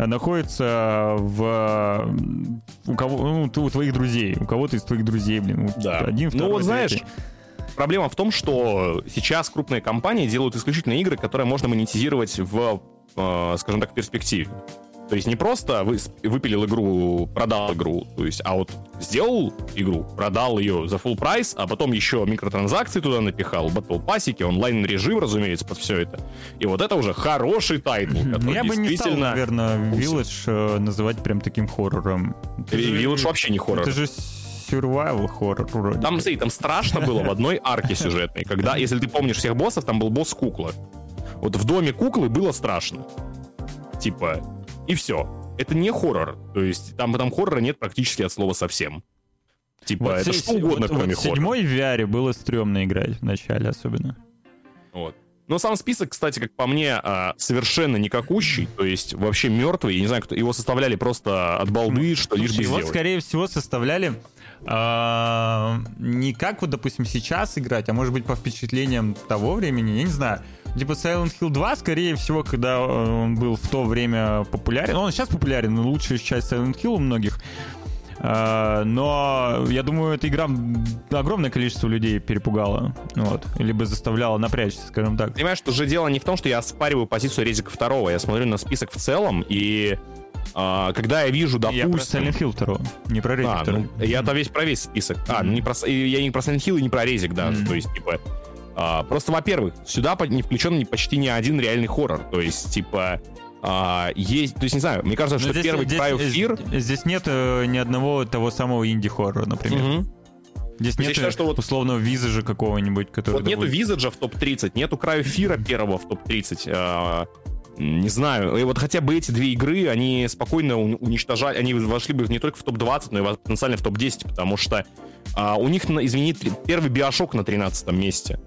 находится в... у кого, ну, у твоих друзей. У кого-то из твоих друзей, блин. Да. Один, второй, ну, вот знаешь... третий. Проблема в том, что сейчас крупные компании делают исключительно игры, которые можно монетизировать в, э, скажем так, перспективе. То есть не просто вы, выпилил игру, продал игру, то есть, а вот сделал игру, продал ее за full прайс, а потом еще микротранзакции туда напихал, батл пассики, онлайн-режим, разумеется, под все это. И вот это уже хороший тайтл, который Я бы не стал, действительно... наверное, Village э, называть прям таким хоррором. Это же- Village вообще не хоррор. Это же survival хоррор вроде. Там, смотри, там страшно было в одной арке сюжетной, когда, если ты помнишь всех боссов, там был босс-кукла. Вот в доме куклы было страшно. Типа, и все. Это не хоррор. То есть там, там хоррора нет практически от слова совсем. Типа, Вот это се- что угодно, вот, кроме вот хоррора. седьмой в ви ар было стрёмно играть в начале особенно. Вот. Но сам список, кстати, как по мне, а, совершенно никакущий, то есть вообще мертвый. Я не знаю, кто его составляли просто от балды, что лишь бы Слушай, его, сделать. скорее всего, составляли а, не как вот, допустим, сейчас играть, а может быть по впечатлениям того времени, я не знаю. Типа Silent Hill два, скорее всего, когда он был в то время популярен. Ну, он сейчас популярен, но лучшая часть Silent Hill у многих. А, но я думаю, эта игра огромное количество людей перепугала. Вот. Либо заставляла напрячься, скажем так. Понимаешь, что же дело не в том, что я оспариваю позицию Резика второго. Я смотрю на список в целом, и а, когда я вижу, допустим... Я про Silent Hill два, не про Резик А, два. ну, я-то весь про весь список. А, ну не про, я не про Silent Hill и не про Резик даже. Mm-hmm. То есть, типа... а, просто, во-первых, сюда по- не включен ни- почти ни один реальный хоррор. То есть, типа... а, есть... То есть, не знаю, мне кажется, Но что здесь, первый здесь- Cry of Fear... здесь- здесь нет э, ни одного того самого инди-хоррора, например. Мгм. Здесь То есть я нет считаю, что вот- условного визажа какого-нибудь, который... Вот нету довольно- Визаджа в топ тридцать, нету Cry of Fear первого в топ тридцать. а, Не знаю, и вот хотя бы эти две игры, они спокойно у- уничтожали, они вошли бы не только в топ двадцать, но и потенциально в топ десять, потому что а, у них, на- извини, три- первый Биошок на тринадцатом месте.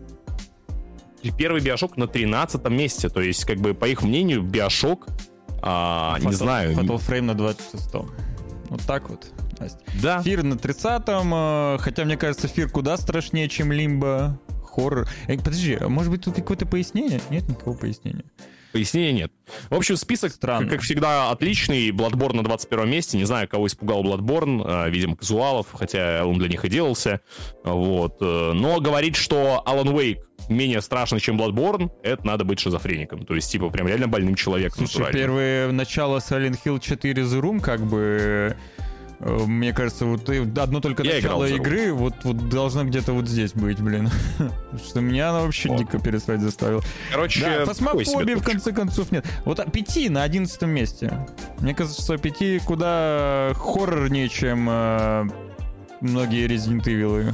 И первый Биошок на тринадцатом месте, то есть, как бы, по их мнению, Биошок, а, не Fatal- знаю... Fatal Frame на двадцать шестом. Вот так вот, Настя. Да. Фир на тридцатом, э, хотя, мне кажется, Фир куда страшнее, чем Лимбо. Хоррор. Э, подожди, а может быть тут какое-то пояснение? Нет никакого пояснения. Пояснения нет. В общем, список, Странно. как, как всегда, отличный. Bloodborne на двадцать первом месте. Не знаю, кого испугал Bloodborne. а, Видимо, казуалов, хотя он для них и делался. Вот. э, Но говорить, что Alan Wake менее страшный, чем Bloodborne, это надо быть шизофреником. То есть, типа, прям реально больным человеком. Слушай, натурально. первое начало Silent Hill четыре The Room, как бы... э, Мне кажется, вот и одно только Я играл начало в The Room. игры вот, вот должно где-то вот здесь быть, блин. Что меня она вообще Вот. дико перестать заставила. Короче, Да, такой себе фасмофобии в топчик. конце концов нет. Вот пяти на одиннадцатом месте. Мне кажется, что пяти куда хоррорнее, чем э, многие Resident Evil.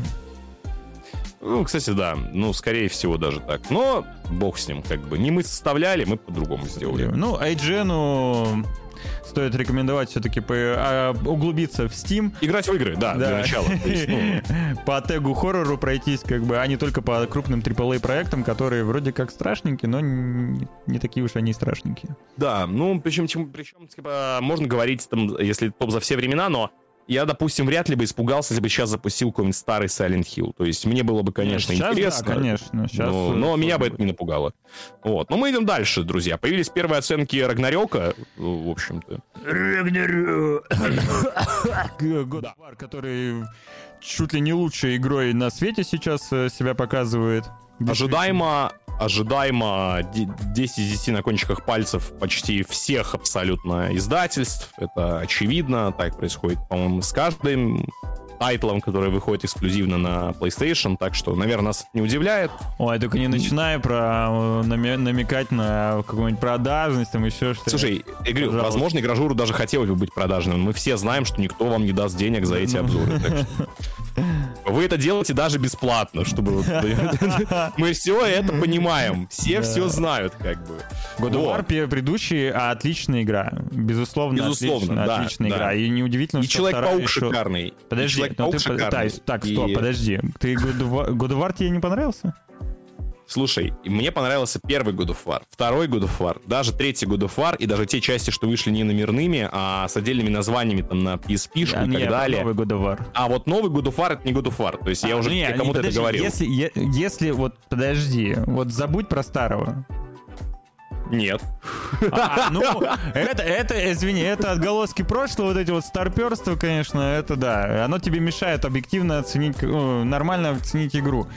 Ну, кстати, да. Ну, скорее всего, даже так. Но бог с ним, как бы. Не мы составляли, мы по-другому сделали. Ну, ай джи эн стоит рекомендовать все-таки по- а, углубиться в Steam. Играть в игры, да, для Да. начала. То есть, ну, По тегу хоррору пройтись, как бы, а не только по крупным трипл эй проектам, которые вроде как страшненькие, но не, не такие уж они и страшненькие. да, ну, причем, чем- причем, типа, можно говорить, там, если топ за все времена, но я, допустим, вряд ли бы испугался, если бы сейчас запустил какой-нибудь старый Silent Hill. То есть мне было бы, конечно, Сейчас, интересно. да, конечно. Сейчас, но, э, но меня сложно бы это не напугало. Вот. Но мы идем дальше, друзья. Появились первые оценки Рагнарёка, в общем-то. God of War, который чуть ли не лучшей игрой на свете сейчас э, себя показывает. Ожидаемо, ожидаемо де- десять из десяти на кончиках пальцев почти всех абсолютно издательств. Это очевидно. Так происходит, по-моему, с каждым тайтлом, который выходит эксклюзивно на PlayStation. Так что, наверное, нас это не удивляет. Ой, только не начинай про э, наме- намекать на какую-нибудь продажность, там еще что-то. Слушай, я говорю, Пожалуйста. возможно, игражуру даже хотелось бы быть продажным. Мы все знаем, что никто вам не даст денег за эти Ну. обзоры. Так что вы это делаете даже бесплатно, чтобы... вот- Мы все это понимаем. Все Да. все знают, как бы. God of Вот. War пе- предыдущий отличная игра. Безусловно, Безусловно, отличная, да, отличная да. игра. И неудивительно, И что вторая Человек-паук еще- шикарный. И Подожди, ну Человек-паук ты... шикарный. Так, так, стоп, И- подожди. Ты God of War, God of War тебе не понравился? Слушай, и мне понравился первый God of War, второй God of War, даже третий God of War, и даже те части, что вышли не номерными, а с отдельными названиями там на пи эс пи-шку и Не, так про далее. новый God of War. А вот новый God of War — это не God of War. То есть я А, уже ну не, тебе не, кому-то это подожди, говорил. Если, е- если, вот, подожди, вот забудь про старого. Нет. А, ну, это, это, извини, это отголоски прошлого, вот эти вот старперства, конечно, это да. Оно тебе мешает объективно оценить, ну, нормально оценить игру.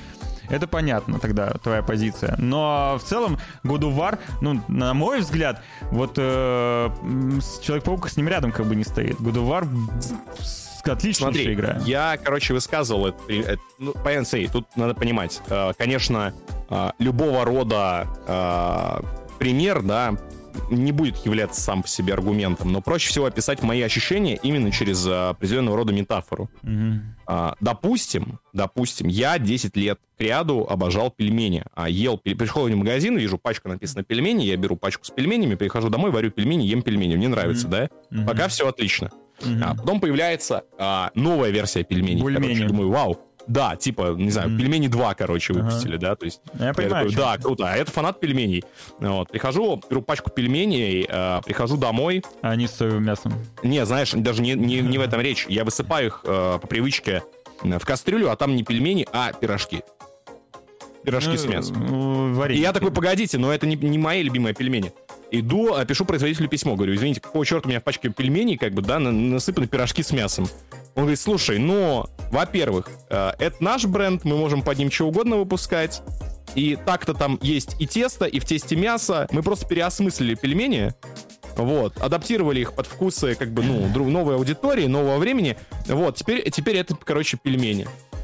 это понятно тогда, твоя позиция. Но в целом God of War, ну, на мой взгляд, вот э, Человек-паук с ним рядом как бы не стоит. God of War отличная Смотри, игра. Я, короче, высказывал это, это ну, понятно, смотри, тут надо понимать, э, конечно, э, любого рода э, пример, да, не будет являться сам по себе аргументом, но проще всего описать мои ощущения именно через а, определенного рода метафору. Mm-hmm. А, допустим, допустим, я десять лет кряду обожал пельмени, а ел, пришел в магазин, вижу, пачка написана пельмени, я беру пачку с пельменями, прихожу домой, варю пельмени, ем пельмени, мне нравится, mm-hmm. да? Mm-hmm. Пока все отлично. Mm-hmm. А потом появляется а, новая версия пельменей. Короче, думаю, вау. Да, типа, не знаю, mm. пельмени два, короче, выпустили, ага. да, то есть... Я, я понимаю, такой, да, круто, а это фанат пельменей. Вот, прихожу, беру пачку пельменей, э, прихожу домой... А они с соевым мясом? Не, знаешь, даже не, не, не в этом речь. Я высыпаю их э, по привычке в кастрюлю, а там не пельмени, а пирожки. Пирожки ну, с мясом. Варенье. И я такой, погодите, но это не, не мои любимые пельмени. Иду, пишу производителю письмо, говорю, извините, какого черта у меня в пачке пельменей, как бы, да, насыпаны пирожки с мясом. Он говорит, слушай, ну, во-первых, э, это наш бренд, мы можем под ним что угодно выпускать, и так-то там есть и тесто, и в тесте мясо, мы просто переосмыслили пельмени, вот, адаптировали их под вкусы, как бы, ну, новой аудитории, нового времени, вот, теперь, теперь это, короче, пельмени.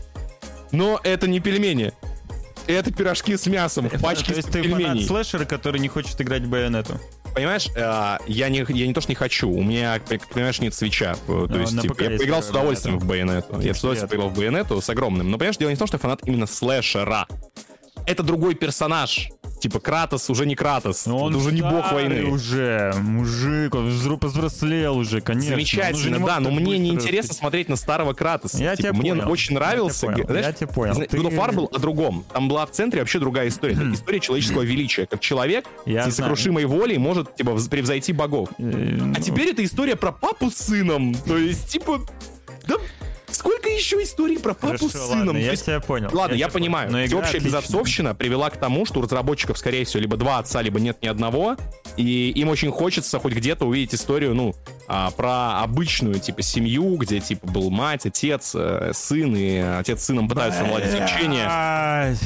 Но это не пельмени. Это пирожки с мясом в пачке то есть с ты пельменей. Фанат слэшера, который не хочет играть в Байонету. Понимаешь, э, я, не, я не то, что не хочу, у меня, понимаешь, нет свитча. То но есть, типа, я поиграл с удовольствием в Байонету. Я с удовольствием поиграл в Байонету с огромным. Но, понимаешь, дело не в том, что я фанат именно слэшера. Это другой персонаж. Типа, Кратос уже не Кратос. Но он уже не бог войны. уже, мужик, он повзрослел уже, конечно. Замечательно, да, но мне не интересно смотреть на старого Кратоса. Я типа, тебя мне понял. очень нравился. Я тебя понял. Я тебя понял. God of War был о другом. Там была в центре вообще другая история. Это история человеческого величия. Как человек Я с несокрушимой волей может, типа, превзойти богов. А теперь это история про папу с сыном. То есть, типа, да... Сколько еще историй про папу Хорошо, с сыном? Ладно, я есть... тебя понял. Ладно, я, я понимаю. Но Всеобщая безотцовщина привела к тому, что у разработчиков, скорее всего, либо два отца, либо нет ни одного. И им очень хочется хоть где-то увидеть историю, ну, а, про обычную, типа, семью, где, типа, был мать, отец, э, сын, и отец с сыном пытаются наладить общение.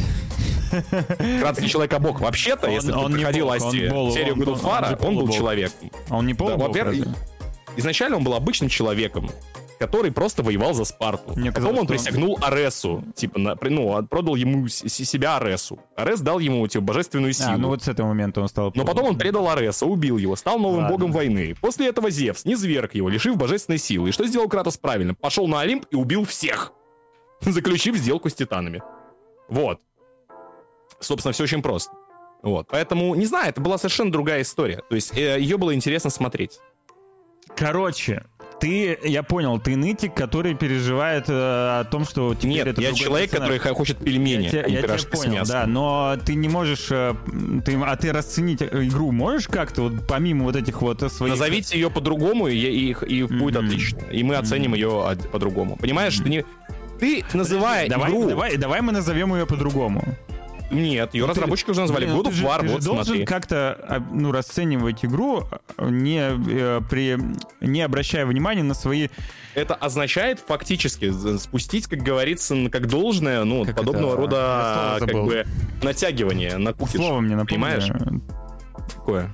Кратос не человек, а бог. Вообще-то, он, если он ты проходил серию God of War, он, он был человеком. А он не полубог, да, во-первых, изначально он был обычным человеком, который просто воевал за Спарту. Мне Потом казалось, он присягнул он... Аресу, типа, на, ну, продал ему с- себя Аресу. Арес дал ему, типа, божественную силу. А, ну вот с этого момента он стал... Но потом он предал Ареса, убил его, стал новым Ладно. богом войны. После этого Зевс низверг его, лишив божественной силы. И что сделал Кратос правильно? Пошел на Олимп и убил всех, заключив сделку с титанами. Вот. Собственно, все очень просто. Вот. Поэтому, не знаю, это была совершенно другая история. То есть, э, ее было интересно смотреть. Короче... Ты, я понял, ты нытик, который переживает э, о том, что теперь Нет, это я человек, персонаж. который хочет пельмени, я, а не я пирожки тебя понял, с мясом. Да, но ты не можешь, э, ты, а ты расценить игру можешь как-то, вот помимо вот этих вот своих... Назовите ее по-другому, и, и, и будет mm-hmm. отлично. И мы оценим mm-hmm. ее по-другому. Понимаешь, mm-hmm. ты не... Ты, называя давай, игру... Давай, давай мы назовем ее по-другому. Нет, ее ну, разработчики уже назвали God of War, вот смотри. Ты должен как-то, ну, расценивать игру, не, э, при, не обращая внимания на свои... Это означает фактически спустить, как говорится, как должное, ну, как подобного это? рода как бы натягивание на кукиш. Слово мне напомню. Понимаешь? Какое?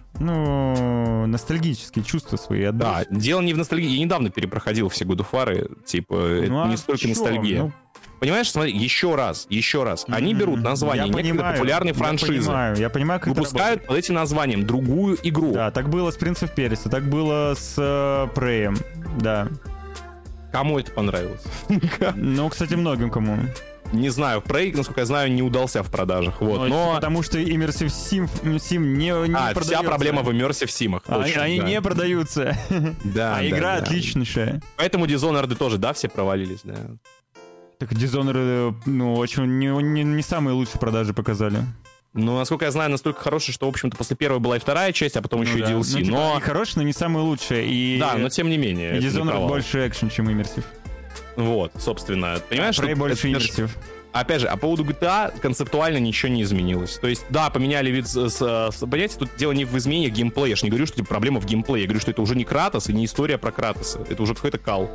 Ну, ностальгические чувства свои отдать. Да, дело не в ностальгии. Я недавно перепроходил все God of War, типа, ну, это а не столько ностальгия. Ну... Понимаешь, смотри, еще раз, еще раз. Они берут название некой популярной франшизы. Я понимаю, я понимаю, как выпускают это под этим названием другую игру. Да, так было с Принц оф Персия, так было с э, Преем, да. Кому это понравилось? Ну, кстати, многим кому. Не знаю, Prey, насколько я знаю, не удался в продажах. Вот, но, но... Потому что Immersive Sim, Sim не, не а, продается. Вся проблема в Immersive Sim'ах. А, точно, они да. не продаются. Да, а да, игра да. отличнейшая. Поэтому Dishonored тоже, да, все провалились, да. Так Dishonored, ну, очень не, не, не самые лучшие продажи показали. Ну, насколько я знаю, настолько хороший, что, в общем-то, после первой была и вторая часть, а потом ну, еще да. и ди эл си. Ну, типа, но... они хорошие, но не самые лучшие. И... Да, но тем не менее. И Dishonored больше экшен, чем Immersive. Вот, собственно. Понимаешь, Prey больше Immersive. Опять же, а по поводу джи ти эй концептуально ничего не изменилось. То есть, да, поменяли вид... С, с, с, понимаете, тут дело не в изменениях геймплея. Я же не говорю, что типа, проблема в геймплее. Я говорю, что это уже не Кратос и не история про Кратоса. Это уже какой-то кал.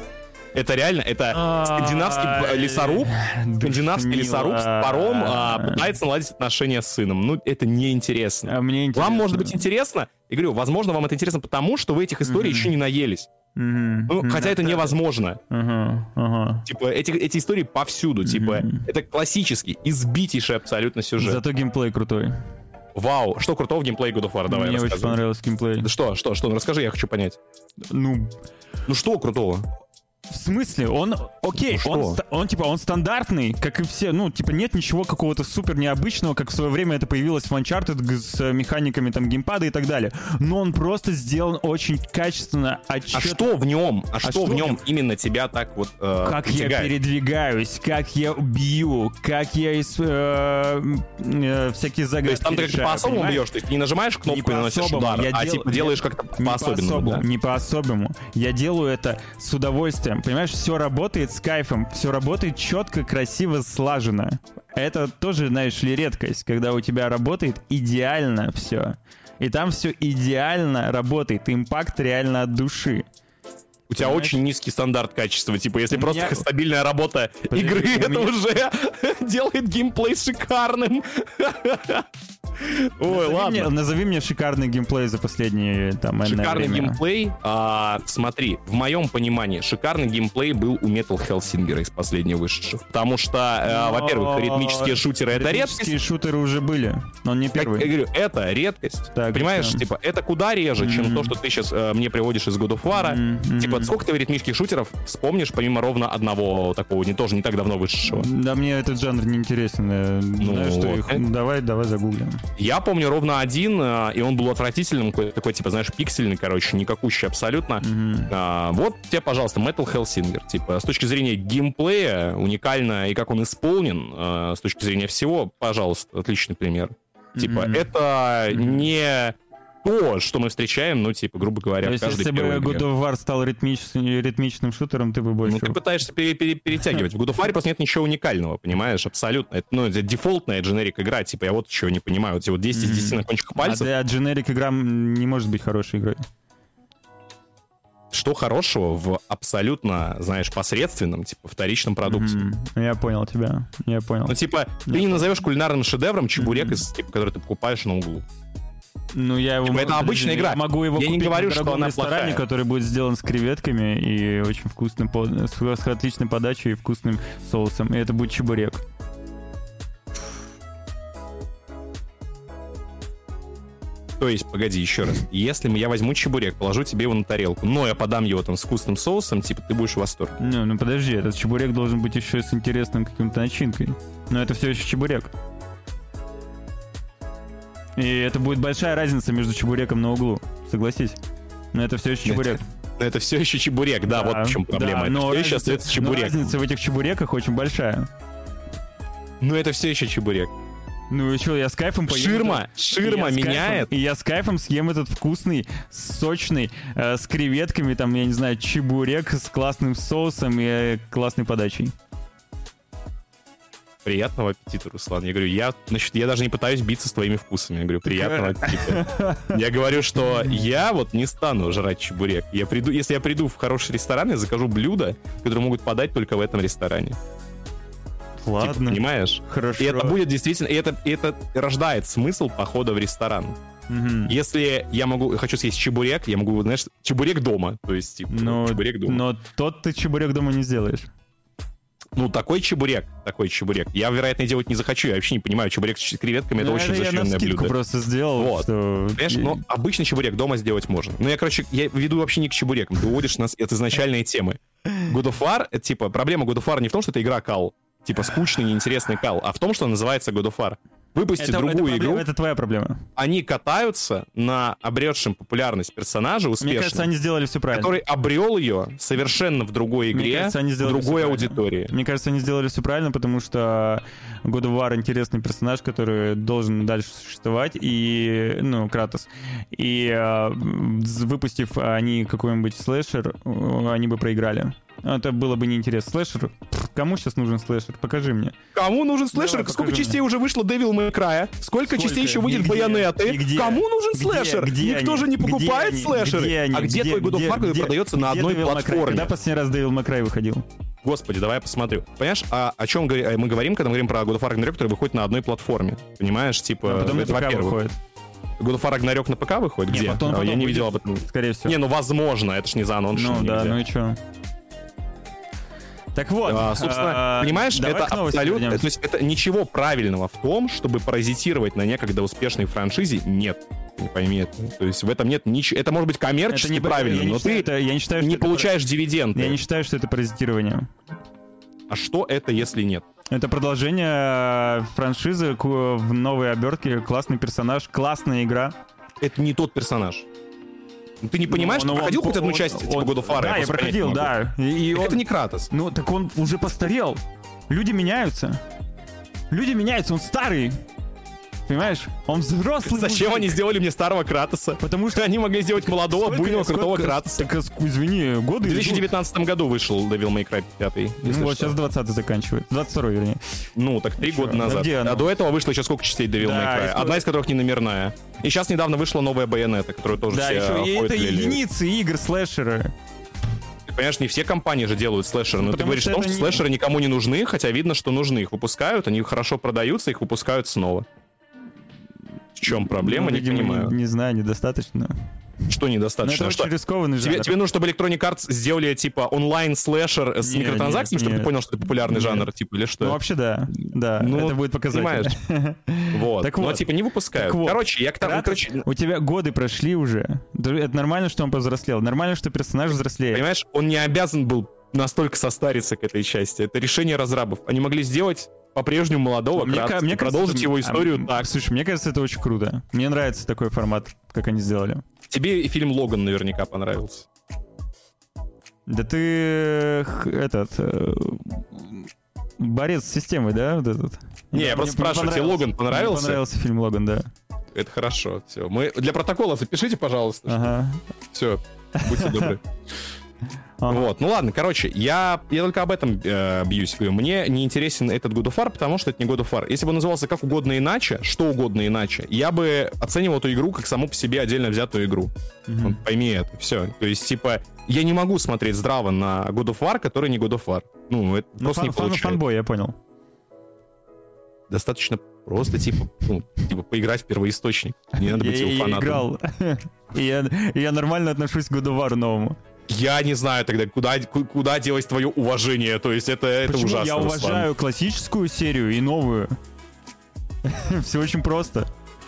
Это реально, это скандинавский лесоруб, скандинавский лесоруб с паром а, пытается наладить отношения с сыном. Ну, это неинтересно. А мне интересно. Вам может быть интересно? Я говорю, возможно, вам это интересно потому, что вы этих историй mm-hmm. еще не наелись. Mm-hmm. Ну, mm-hmm. хотя это невозможно. Uh-huh. Uh-huh. Типа, эти, эти истории повсюду. Mm-hmm. Типа, это классический, избитейший абсолютно сюжет. Зато геймплей крутой. Вау, что крутого в геймплее God of War? Давай, Мне рассказывай. очень понравился геймплей. Да что, что, что? Ну, расскажи, я хочу понять. Ну... Ну, что крутого? В смысле? Он, окей, ну, он, он, типа, он стандартный, как и все, ну, типа, нет ничего какого-то супер необычного, как в свое время это появилось в Uncharted с механиками, там, геймпада и так далее. Но он просто сделан очень качественно. Отчет... А что в нем? А, а что, что в нем именно тебя так вот э, Как притягает? Я передвигаюсь, как я бью, как я из, э, э, всякие загадки То есть там ты как-то по-особому понимаешь? бьешь? То есть не нажимаешь кнопку и наносишь удар, я а дел... типа делаешь как-то по-особенному, по да? Не по-особенному. Я делаю это с удовольствием. Понимаешь, все работает с кайфом, все работает четко, красиво, слаженно. Это тоже, знаешь ли, редкость, когда у тебя работает идеально все. И там все идеально работает, импакт реально от души. У тебя Понимаешь? Очень низкий стандарт качества. Типа, если у просто меня... стабильная работа Подожди, игры, это меня... уже делает геймплей шикарным. Ой, назови ладно. Мне, назови мне шикарный геймплей за последние там Шикарный время. геймплей? А, смотри, в моем понимании, шикарный геймплей был у Metal Hellsinger из последнего вышедшего. Потому что, а, во-первых, ритмические шутеры — это редкость. Ритмические шутеры уже были, но он не первый. Как я говорю, это редкость. Так, Понимаешь, это... типа, это куда реже, mm-hmm. чем то, что ты сейчас э, мне приводишь из God of War. Mm-hmm. Типа, сколько ты ритмических шутеров вспомнишь, помимо ровно одного такого, не тоже не так давно вышедшего? Да, мне этот жанр не интересен. Я ну, знаю, что их... это... Давай, давай загуглим. Я помню ровно один, и он был отвратительным, такой, типа, знаешь, пиксельный, короче, никакущий абсолютно. Mm-hmm. А, вот тебе, пожалуйста, Metal Hellsinger. Типа, с точки зрения геймплея, уникально, и как он исполнен, а, с точки зрения всего, пожалуйста, отличный пример. Mm-hmm. Типа, это mm-hmm. не то, что мы встречаем, ну, типа, грубо говоря, то в каждой если бы God of War стал ритмич... ритмичным шутером, ты бы больше... Ну, ты пытаешься пере- пере- перетягивать. В God of War просто нет ничего уникального, понимаешь? Абсолютно. Это, ну, это дефолтная дженерик игра, типа, я вот чего не понимаю. Вот эти вот десять из десяти на кончиках пальцев. А дженерик игра не может быть хорошей игрой. Что хорошего в абсолютно, знаешь, посредственном, типа, вторичном продукте? Mm-hmm. Я понял тебя, я понял. Ну, типа, я ты не назовешь кулинарным шедевром чебурек, mm-hmm. из, типа, который ты покупаешь на углу. Ну, я его... Типа, это обычная игра. Я могу его я купить не говорю, в что дорогом она ресторане, плохая. Который будет сделан с креветками и очень вкусным, с отличной подачей и вкусным соусом. И это будет чебурек. То есть, погоди, еще раз. Если я возьму чебурек, положу тебе его на тарелку, но я подам его там с вкусным соусом, типа, ты будешь в восторге. Ну, ну подожди, этот чебурек должен быть еще с интересным каким-то начинкой. Но это все еще чебурек. И это будет большая разница между чебуреком на углу, согласись. Но это все еще чебурек. Это, это все еще чебурек, да, да вот в чем проблема. Да, но это все еще остается чебурек. Но разница в этих чебуреках очень большая. Но это все еще чебурек. Ну и что, я с кайфом поем. Ширма, этот... ширма меняет. Кайфом, и я с кайфом съем этот вкусный, сочный, э, с креветками, там, я не знаю, чебурек с классным соусом и э, классной подачей. Приятного аппетита, Руслан. Я говорю, я, значит, я даже не пытаюсь биться с твоими вкусами. Я говорю, приятного аппетита. Я говорю, что я вот не стану жрать чебурек. Я приду, если я приду в хороший ресторан, я закажу блюда, которые могут подать только в этом ресторане. Ладно. Типа, понимаешь? Хорошо. И это будет действительно... И это, и это рождает смысл похода в ресторан. Mm-hmm. Если я могу, хочу съесть чебурек, я могу, знаешь, чебурек дома. То есть, типа, но, чебурек дома. Но тот ты чебурек дома не сделаешь. Ну, такой чебурек, такой чебурек. Я, вероятно, делать не захочу. Я вообще не понимаю, чебурек с креветками — это ну, очень изощренное блюдо. Я на скидку просто сделал. Вот. Что... Понимаешь, но обычный чебурек дома сделать можно. Ну, я, короче, я веду вообще не к чебурекам. Ты уводишь нас от изначальной темы. God of War, это, типа, проблема God of War не в том, что это игра кал, типа, скучный, неинтересный кал, а в том, что она называется God of War. Выпусти это, другую это проблема, игру. Это твоя проблема. Они катаются на обретшем популярность персонажа успешно. Мне кажется, они сделали все правильно. Который обрел ее совершенно в другой игре, кажется, в другой аудитории. Мне кажется, они сделали все правильно, потому что God of War — интересный персонаж, который должен дальше существовать, и, ну, Кратос. И э, выпустив они какой-нибудь слэшер, они бы проиграли. Это было бы неинтересно. Слэшер? Кому сейчас нужен слэшер? Покажи мне. Кому нужен слэшер? Давай, Сколько покажи частей мне. уже вышло Devil May Cry? Сколько, Сколько? частей еще выйдет Нигде. Байонеты? Нигде. Кому нужен Где? слэшер? Где Никто они? же не Где покупает они? слэшеры. Где они? А где, Где? твой God of Где? War, который Где? продается на Где одной Devil May Cry? платформе? Когда последний раз Devil May Cry выходил? Господи, давай я посмотрю. Понимаешь, а о чем говори- мы говорим, когда мы говорим про God of War Ragnarok, который выходит на одной платформе? Понимаешь, типа, А потом на это ПК во-первых. выходит. God of War Ragnarok на ПК выходит? Не, Где? потом- А, потом я не выйдет, видел об этом. Скорее всего. Не, ну возможно, это ж не за анонс. Ну да, ну и чё? Так вот. А, собственно, а, понимаешь, давай это к новости абсолютно... вернемся. То есть это ничего правильного в том, чтобы паразитировать на некогда успешной франшизе, нет. Не пойми это. То есть в этом нет ничего... Это может быть коммерчески не- правильно, я не но считаю ты это- я не считаю, что не это получаешь пара- дивиденды. Я не считаю, что это паразитирование. А что это, если нет? Это продолжение э, франшизы к- в новой обертке. Классный персонаж, классная игра. Это не тот персонаж. Ну, ты не понимаешь, Ну, ты ну, проходил он- хоть одну он- часть, типа он- God of War? Да, я просто понять не проходил, могу. да. И, и Так он- это не Кратос. Ну, так он уже постарел. Люди меняются. Люди меняются, он старый. Понимаешь? Он взрослый Зачем мужик. они сделали мне старого Кратоса? Потому что... Они могли сделать молодого, Сколько- буйного, крутого сколько- Кратоса. Так, ск- извини, годы В две идут. тысячи девятнадцатом году вышел Devil May Cry пять. Ну вот, сейчас двадцатый заканчивает. двадцать второй, вернее. Ну, так три Чё? года Да назад. где оно? А до этого вышло еще сколько частей Devil Да, May Cry? и сколько- Одна из которых не номерная. И сейчас недавно вышла новая Байонета, которую тоже Да, все еще и ходят, это лелеют. единицы игр, слэшеры. Ты понимаешь, не все компании же делают слэшеры, но ты Потому говоришь что о том, это что не- слэшеры никому не нужны, хотя видно, что нужны. Их выпускают, они хорошо продаются, их выпускают снова. В чем проблема, Ну, не видимо, понимаю. Не, не знаю, недостаточно. Что Но недостаточно? это Что? очень рискованный Тебе, жанр. тебе нужно, чтобы Electronic Arts сделали, типа, онлайн-слэшер с Не, микротранзакциями, нет, чтобы ты нет. понял, что это популярный Нет. жанр, типа, или что? Ну, вообще, да. Да, Ну, это будет показатель. понимаешь. Вот. Так Но, вот. типа, не выпускают. Так вот. Короче, я к тому, Кратос, короче, у тебя годы прошли уже. Да, это нормально, что он повзрослел. Нормально, что персонаж взрослеет. понимаешь, он не обязан был настолько состариться к этой части. Это решение разрабов. Они могли сделать по-прежнему молодого Мне ка- Кратоса, мне кажется, продолжить это- его историю а, так. Слушай, мне кажется, это очень круто. Мне нравится такой формат, как они сделали. Тебе и фильм «Логан» наверняка понравился. Да ты х- этот э, борец с системой, да, вот этот? Не, я Да, просто мне спрашиваю, тебе понравился. «Логан» понравился? Мне понравился фильм «Логан», да. Это хорошо. Все. Мы для протокола запишите, пожалуйста. Ага. Все. Будьте добры. Ага. Вот, ну ладно, короче, я, я только об этом э, бьюсь. Мне не интересен этот God of War, потому что это не God of War. Если бы он назывался как угодно иначе, что угодно иначе, я бы оценивал эту игру как саму по себе отдельно взятую игру. Мгм. Вот пойми это, все. То есть, типа, я не могу смотреть здраво на God of War, который не God of War. Ну, это Ну, просто фан- не фан- получается. фанбой, я понял. Достаточно просто, типа, ну, типа, поиграть в первоисточник. Не надо Я, быть я- его я фанатом. играл. И я, и я нормально отношусь к God of War новому. Я не знаю тогда, куда, ку- куда делать твое уважение. То есть это, это Почему? ужасно, Я Руслан. уважаю классическую серию и новую. Все очень просто.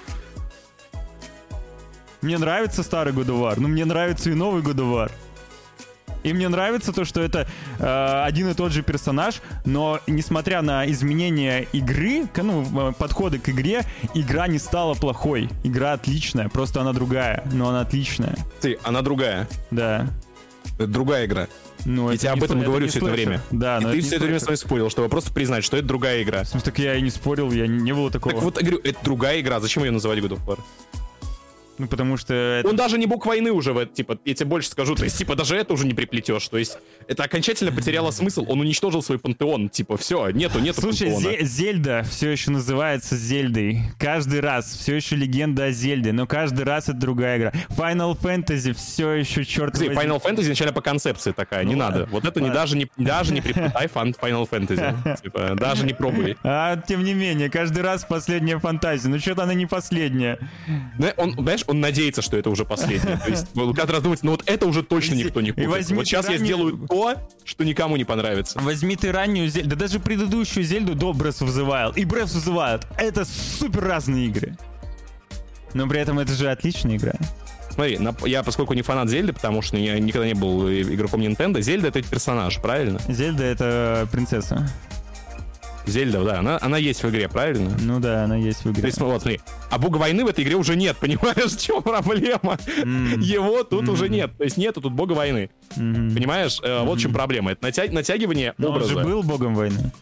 Мне нравится старый God of War, но мне нравится и новый God of War. И мне нравится то, что это э, один и тот же персонаж, но несмотря на изменения игры, к- ну, э, подходы к игре, игра не стала плохой. Игра отличная, просто она другая, но она отличная. Ты, она другая. Да. Это другая игра. Ну, Я это тебе об не этом слэ- говорю не все это слэшер. время. Да, И но ты это не все это время со слэшер. мной спорил, чтобы просто признать, что это другая игра. В смысле, так я и не спорил, я не, не было такого. Так вот, я говорю, это другая игра. Зачем ее называть God of War? Ну, потому что... это- Он даже не бог войны уже, в это, типа, я тебе больше скажу, то есть, типа, даже это уже не приплетешь. То есть, это окончательно потеряло смысл. Он уничтожил свой пантеон. Типа, все, нету, нету Слушай, пантеона. Зе- Зельда все еще называется Зельдой. Каждый раз все еще легенда о Зельде, но каждый раз это другая игра. Final Fantasy все еще, черт Кстати, возьми. Final Fantasy изначально по концепции такая, не Ну, надо. ладно. Вот это не Ладно. даже не, даже не приплетай фан Final Fantasy. Типа, даже не пробуй. А тем не менее, каждый раз последняя фантазия. Ну что-то она не последняя. Зна- Он, знаешь, он надеется, что это уже последнее. То есть, он каждый раз думает, ну вот это уже точно никто не купит. возьми Вот сейчас я ранее- сделаю то, что никому не понравится. Возьми ты раннюю Зельду, да даже предыдущую Зельду до Breath of the Wild и Breath of the Wild. Это супер разные игры. Но при этом это же отличная игра. Смотри, на- я поскольку не фанат Зельды, потому что я никогда не был игроком Nintendo, Зельда — это персонаж, правильно? Зельда — это принцесса. Зельда, да, она, она есть в игре, правильно? Ну да, она есть в То игре. есть, вот, смотри, а бога войны в этой игре уже нет, понимаешь, в чем проблема? М. Его тут М. уже нет, то есть нету тут бога войны, Мгм. понимаешь? Э, Вот в чем проблема, это натя- натягивание Но он образа. же был богом войны.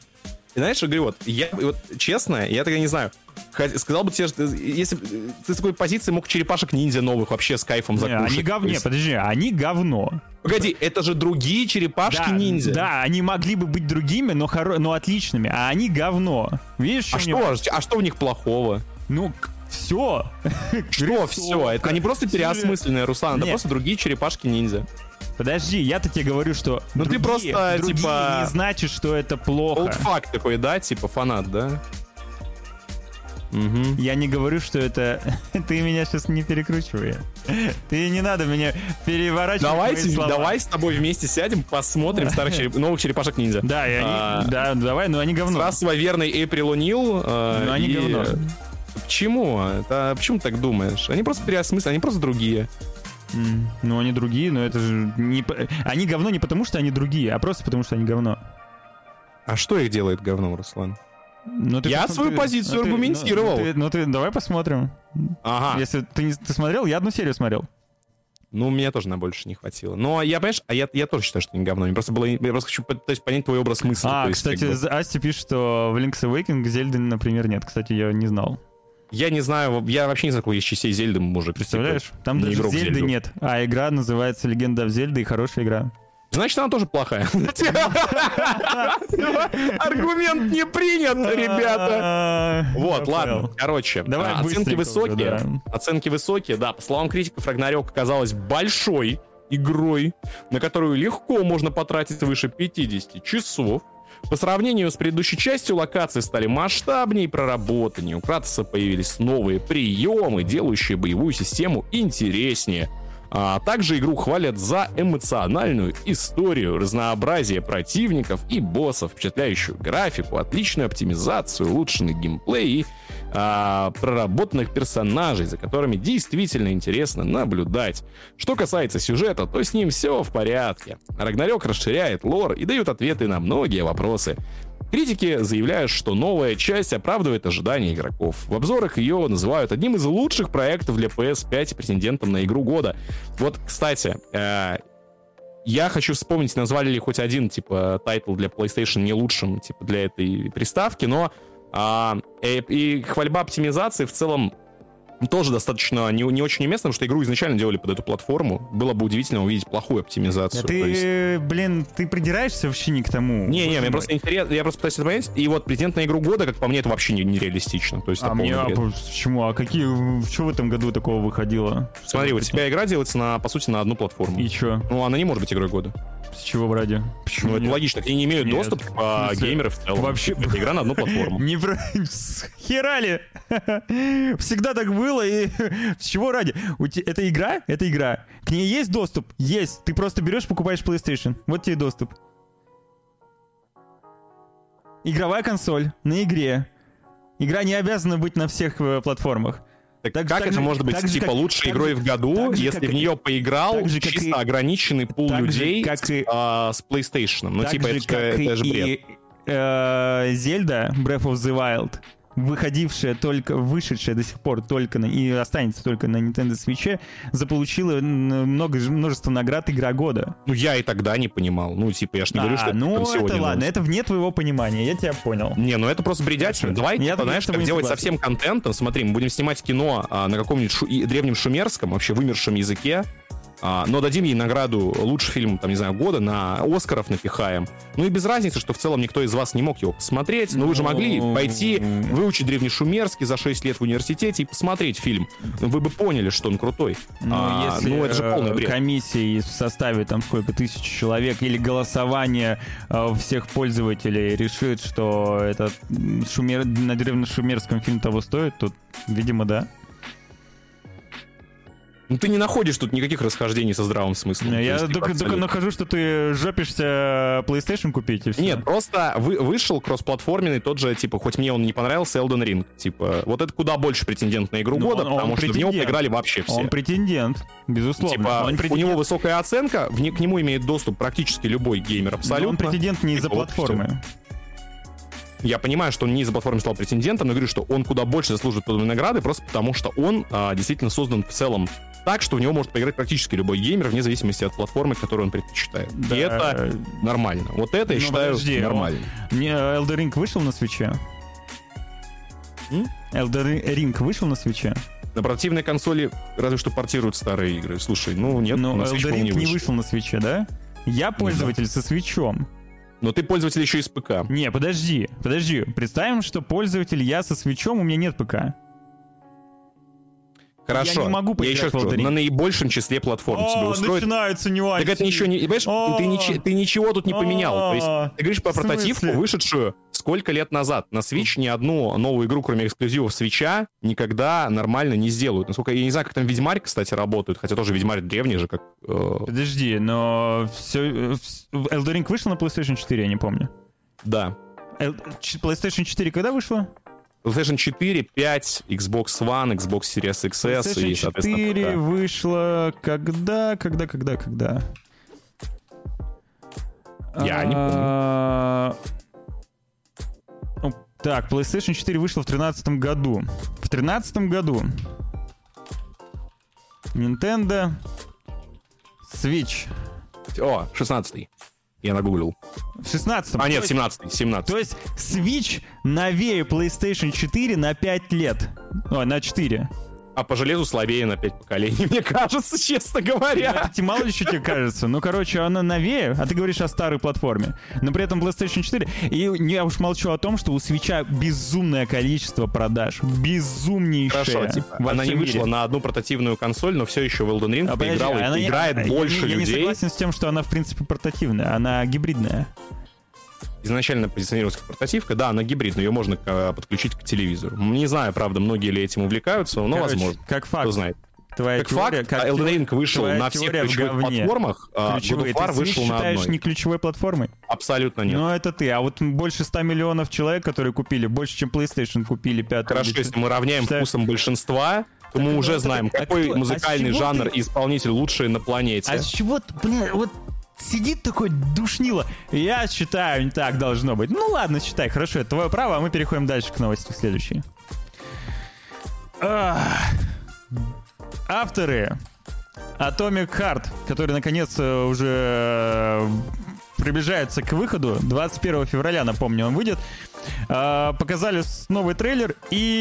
знаешь, говорю, вот, я, вот, честно, я так не знаю, сказал бы тебе, что если ты с такой позиции мог черепашек-ниндзя новых вообще с кайфом закушать. Не, они говно, есть... подожди, они говно. Погоди, это же другие черепашки-ниндзя. Да, да, они могли бы быть другими, но, хоро... но отличными, а они говно. Видишь, а что, мне... а что в них плохого? Ну, все. Что все? Это они просто переосмысленные, Руслан, это просто другие черепашки-ниндзя. Подожди, я-то тебе говорю, что ну другие, ты просто, другие типа... не значит, что это плохо. Олдфак такой, да, типа фанат, да? Угу. Я не говорю, что это... Ты меня сейчас не перекручивай. Ты не надо меня переворачивать. Давайте, давай с тобой вместе сядем, посмотрим старых череп... новых черепашек-ниндзя. Да, и они... а... да, давай, но они говно. Раз свой верный Эйприл О'Нил. А, но они и... говно. Почему? Это... Почему ты так думаешь? Они просто переосмысленные, они просто другие. Mm. Ну, они другие, но это же... Не... Они говно не потому, что они другие, а просто потому, что они говно. А что их делает говном, Руслан? Ну, ты я посмотри, свою позицию ну, аргументировал. Ну, ты, ну, ты давай посмотрим. Ага. Если ты, не, ты смотрел, я одну серию смотрел. Ну, мне тоже на больше не хватило. Но я, понимаешь, а я, я тоже считаю, что не говно. Мне просто было, я просто хочу то есть, понять твой образ мысли. А, есть, кстати, как бы... Асти пишет, что в Link's Awakening Зельды, например, нет. Кстати, я не знал. Я не знаю, я вообще не знаю, какой есть частей Зельды, мужик. Представляешь? Типа, там даже Зельды нет, а игра называется Легенда of Зельда, и хорошая игра. Значит, она тоже плохая. Аргумент не принят, ребята. Вот, ладно. Короче, оценки высокие. Оценки высокие, да. По словам критиков, Рагнарёк оказалась большой игрой, на которую легко можно потратить выше пятьдесят часов. По сравнению с предыдущей частью, локации стали масштабнее и проработаннее. У Кратоса появились новые приемы, делающие боевую систему интереснее. А также игру хвалят за эмоциональную историю, разнообразие противников и боссов, впечатляющую графику, отличную оптимизацию, улучшенный геймплей и а, проработанных персонажей, за которыми действительно интересно наблюдать. Что касается сюжета, то с ним все в порядке. Рагнарёк расширяет лор и дает ответы на многие вопросы. Критики заявляют, что новая часть оправдывает ожидания игроков. В обзорах ее называют одним из лучших проектов для пи эс пять и претендентом на игру года. Вот, кстати, э, я хочу вспомнить, назвали ли хоть один, типа, тайтл для PlayStation не лучшим, типа, для этой приставки, но э, и, и хвальба оптимизации в целом тоже достаточно не, не очень уместно, потому что игру изначально делали под эту платформу. Было бы удивительно увидеть плохую оптимизацию. Да ты, есть... блин, ты придираешься вообще не к тому. Не-не, мне просто интересно, я просто пытаюсь это понять. И вот претендент на игру года, как по мне, это вообще нереалистично. То есть, а мне, а почему? А какие, что в этом году такого выходило? Смотри, у тебя игра делается, на, по сути, на одну платформу. И чё? Ну, она не может быть игрой года. С чего ради? Почему? Ну, это логично. Они не имеют нет. доступ по геймеры в целом. Вообще... Это игра на одну платформу. Не про... Херали! Всегда так было, и... С чего ради? У te... Это игра? Это игра. К ней есть доступ? Есть. Ты просто берешь, покупаешь PlayStation. Вот тебе доступ. Игровая консоль на игре. Игра не обязана быть на всех платформах. Так, так как так это же, может быть типа как, лучшей игрой же, в году, же, если как, в нее поиграл же, чисто и, ограниченный пул людей же, с, и, а, с PlayStation? Ну типа же, это, это же бред. И, э, Зельда Breath of the Wild, выходившая только, вышедшая до сих пор только на, и останется только на Nintendo Switch, заполучила много, множество наград игра года. Ну я и тогда не понимал. Ну типа я ж не а, говорю, что ну, это сегодня. Ну это ладно, это вне твоего понимания, я тебя понял. Не, ну это просто бредятина. Давай, я типа, знаешь, как делать со всем контентом. Смотри, мы будем снимать кино а, на каком-нибудь шу- древнем шумерском, вообще вымершем языке. А, но дадим ей награду лучший фильм, там, не знаю, года, на Оскаров напихаем. Ну и без разницы, что в целом никто из вас не мог его посмотреть, но вы же могли пойти, выучить древнешумерский за шесть лет в университете и посмотреть фильм. Вы бы поняли, что он крутой. Ну, а, если ну, это же полный бред. Комиссия в составе там сколько, тысяч человек, или голосование э, всех пользователей решит, что этот шумер... на древнешумерском фильм того стоит, то, видимо, да. Ну ты не находишь тут никаких расхождений со здравым смыслом. Я есть, только, только нахожу, что ты жопишься PlayStation купить и все. Нет, просто вы, вышел кроссплатформенный тот же, типа, хоть мне он не понравился, Elden Ring. Типа, вот это куда больше претендент на игру но года, он, потому он что претендент. В него поиграли вообще все. Он претендент, безусловно. Типа, он претендент. У него высокая оценка, в не, к нему имеет доступ практически любой геймер абсолютно. Но он претендент не из-за типа, платформы. Вот я понимаю, что он не из-за платформы стал претендентом, но говорю, что он куда больше заслуживает подобной награды, просто потому что он а, действительно создан в целом так, что в него может поиграть практически любой геймер, вне зависимости от платформы, которую он предпочитает. Да. И это нормально. Вот это, я ну, считаю, подожди, нормально. Не, Elden Ring вышел на свитче? М? Elden Ring вышел на свитче? На портативной консоли разве что портируют старые игры. Слушай, ну нет, но Elden Ring не вышел. не вышел на свитче, да? Я пользователь да. со свитчом. Но ты пользователь еще и с ПК. Не, подожди, подожди. Представим, что пользователь я со свитчом, у меня нет ПК. Хорошо, я, не могу я еще скажу, на наибольшем числе платформ О, тебе устроит. Начинаются нюансы. Так это ничего не... Понимаешь, ты, ничего, ты ничего тут не поменял. То есть, ты говоришь про портативку, вышедшую сколько лет назад. На Switch ни одну новую игру, кроме эксклюзивов Switch'а, никогда нормально не сделают. Насколько я не знаю, как там Ведьмарь, кстати, работает, хотя тоже Ведьмарь древний же, как... Э... Подожди, но все... Elden Ring вышел на PlayStation четыре, я не помню. Да. PlayStation четыре когда вышла? PlayStation четыре, пять, Xbox One, Xbox Series икс эс PlayStation и, соответственно, четыре ПК. Вышла когда, когда, когда, когда? Я не помню. Так, PlayStation четыре вышла в тринадцатом году. В тринадцатом году Nintendo Switch. О, шестнадцатый. Я нагуглил. В шестнадцатом. А, нет, семнадцатый, семнадцатый. То есть Switch новее PlayStation четыре на пять лет. О, на четыре. А по железу слабее на пять поколений, мне кажется, честно говоря. Ну, это мало ли что тебе кажется. Ну, короче, она новее, а ты говоришь о старой платформе. Но при этом PlayStation четыре... И я уж молчу о том, что у Switch'а безумное количество продаж. Безумнейшее. Хорошо, типа, она не вышла мире. на одну портативную консоль, но все еще в Elden Ring а, поиграла, подожди, она играет не, больше я, людей. Я не согласен с тем, что она, в принципе, портативная. Она гибридная. Изначально позиционировалась как портативка, да, она гибридная, ее можно к, подключить к телевизору. Не знаю, правда, многие ли этим увлекаются, но Короче, возможно. Как факт. Кто знает. Твоя как теория, факт, как Elden Ring вышел на всех ключевых платформах, а God of War вышел на одной. Ты считаешь не ключевой платформой? Абсолютно нет. Ну, это ты. А вот больше ста миллионов человек, которые купили, больше, чем PlayStation купили пятую. Хорошо, если мы равняем считаю... вкусом большинства, то так мы уже это, знаем, так, какой а музыкальный а жанр и ты... исполнитель лучший на планете. А с чего ты, бля, вот... Сидит такой душнило. Я считаю, не так должно быть. Ну ладно, считай, хорошо, это твое право, а мы переходим дальше к новости следующей. Ах. Авторы Atomic Heart, который наконец уже приближается к выходу, двадцать первого февраля, напомню, он выйдет, показали новый трейлер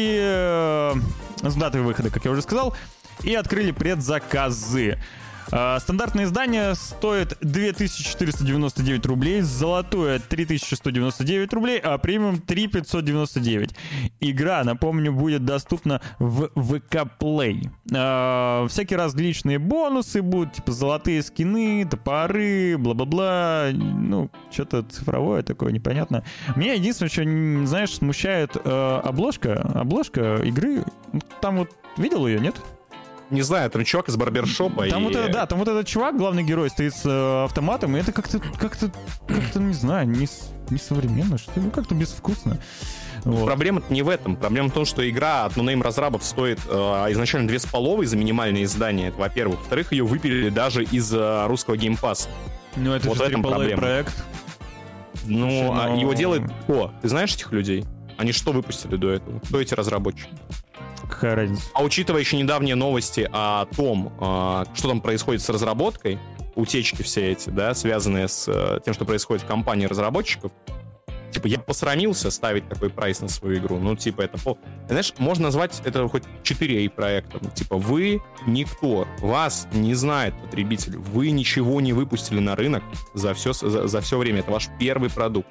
и с датой выхода, как я уже сказал, и открыли предзаказы. Стандартное издание стоит две тысячи четыреста девяносто девять рублей, золотое три тысячи сто девяносто девять рублей, а премиум три тысячи пятьсот девяносто девять. Игра, напомню, будет доступна в ви кей Play. А, всякие различные бонусы будут, типа золотые скины, топоры, бла-бла-бла. Ну, что-то цифровое такое, непонятно. Меня единственное, что, знаешь, смущает э, обложка. Обложка игры. Там вот, видел ее, нет? Не знаю, там чувак из барбершопа. Там и... вот это, да, там вот этот чувак, главный герой, стоит с э, автоматом, и это как-то, как-то, как-то, не знаю, не, не современно, что ли, ну как-то безвкусно. Вот. Проблема не в этом. Проблема в том, что игра от нонейм разрабов стоит э, изначально две с половой за минимальное издание, это во-первых. Во-вторых, ее выпилили даже из э, русского геймпасса. Ну это вот же три проект. Ну, Слушай, а но... его делает кто? Ты знаешь этих людей? Они что выпустили до этого? Кто эти разработчики? Какая разница? А учитывая еще недавние новости о том, что там происходит с разработкой, утечки все эти, да, связанные с тем, что происходит в компании разработчиков, типа, я посрамился ставить такой прайс на свою игру. Ну, типа, это... Знаешь, можно назвать это хоть четыре эй проектом. Типа, вы никто, вас не знает потребитель, вы ничего не выпустили на рынок за все, за, за все время. Это ваш первый продукт.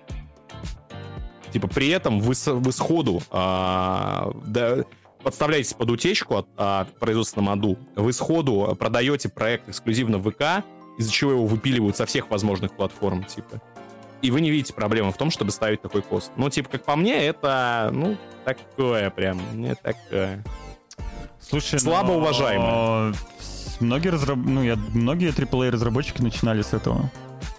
Типа, при этом вы, вы сходу а, да, подставляетесь под утечку от, от производственном аду, вы сходу продаете проект эксклюзивно в ВК, из-за чего его выпиливают со всех возможных платформ, типа. И вы не видите проблемы в том, чтобы ставить такой кост. Ну, типа, как по мне, это, ну, такое прям, не такое. Слушай, слабо но... уважаемое. Многие, разраб... ну, я... Многие эй эй разработчики начинали с этого.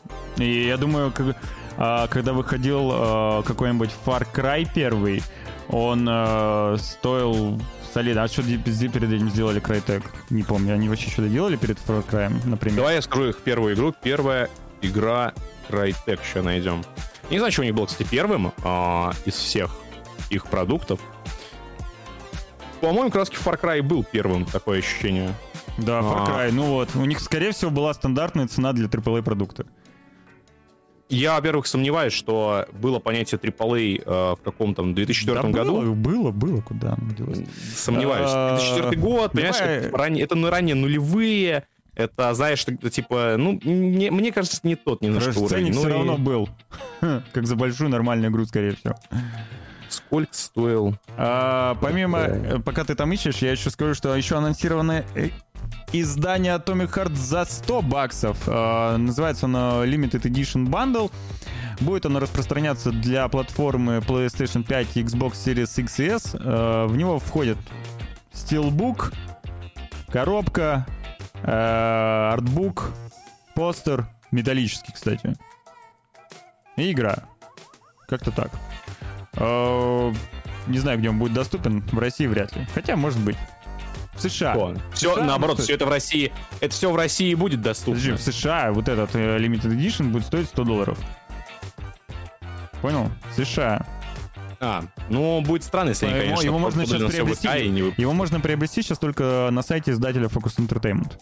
И я думаю, как... когда выходил э, какой-нибудь Far Cry первый, он э, стоил солидно. А что перед этим сделали Crytek? Не помню. Они вообще что-то делали перед Far Cry, например? Давай я скажу их первую игру. Первая игра Crytek, еще найдем. Не знаю, что у них было, кстати, первым э, из всех их продуктов. По-моему, как раз Far Cry был первым, такое ощущение. Да, Far Cry. А... Ну вот, у них, скорее всего, была стандартная цена для трипл эй продукта. Я, во-первых, сомневаюсь, что было понятие трипл эй э, в каком-то две тысячи четвёртом да году. Было, было, было, куда оно делось. Сомневаюсь. две тысячи четвёртый год, понимаешь, это, ранее, это ранее нулевые, это, знаешь, типа, ну, не, мне кажется, не тот немножко уровень. Ценник ну, все и... равно был, как за большую нормальную игру, скорее всего. Сколько стоил? А, помимо, да. Пока ты там ищешь, я еще скажу, что еще анонсировано издание Atomic Heart за сто баксов. А, называется оно Limited Edition Bundle. Будет оно распространяться для платформы PlayStation пять и Xbox Series X и S. А, в него входит Steelbook, коробка, а, артбук, постер, металлический, кстати, и игра. Как-то так. Uh, не знаю, где он будет доступен. В России вряд ли. Хотя, может быть. В США. О, все, США, наоборот, может... все это в России. Это все в России будет доступно. Подожди, в США вот этот uh, Limited Edition будет стоить сто долларов. Понял? В США. А, ну, будет странно, если они, конечно, его можно сейчас приобрести. Не его можно приобрести сейчас только на сайте издателя Focus Entertainment.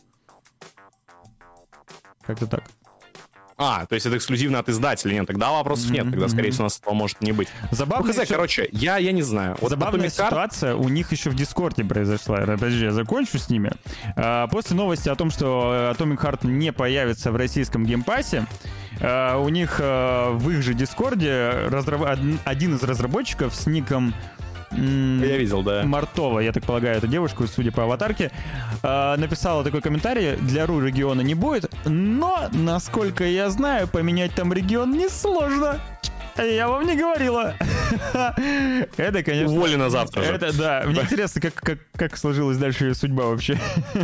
Как-то так. А, то есть это эксклюзивно от издателя. Нет, тогда вопросов mm-hmm. нет. Тогда, скорее всего, у нас этого может не быть. Забавная ну, хз, еще... короче, я, я не знаю. Вот забавная ситуация у них еще в Дискорде произошла. Подожди, я закончу с ними. А, после новости о том, что Atomic Heart не появится в российском геймпассе, а, у них а, в их же Дискорде разраб... один из разработчиков с ником... Я видел, да. Мартова, я так полагаю, эту девушку, судя по аватарке, э, написала такой комментарий: для РУ региона не будет, но, насколько я знаю, поменять там регион несложно. Я вам не говорила. Это, конечно... Уволена завтра же. Это, да. Мне интересно, как, как, как сложилась дальше судьба вообще.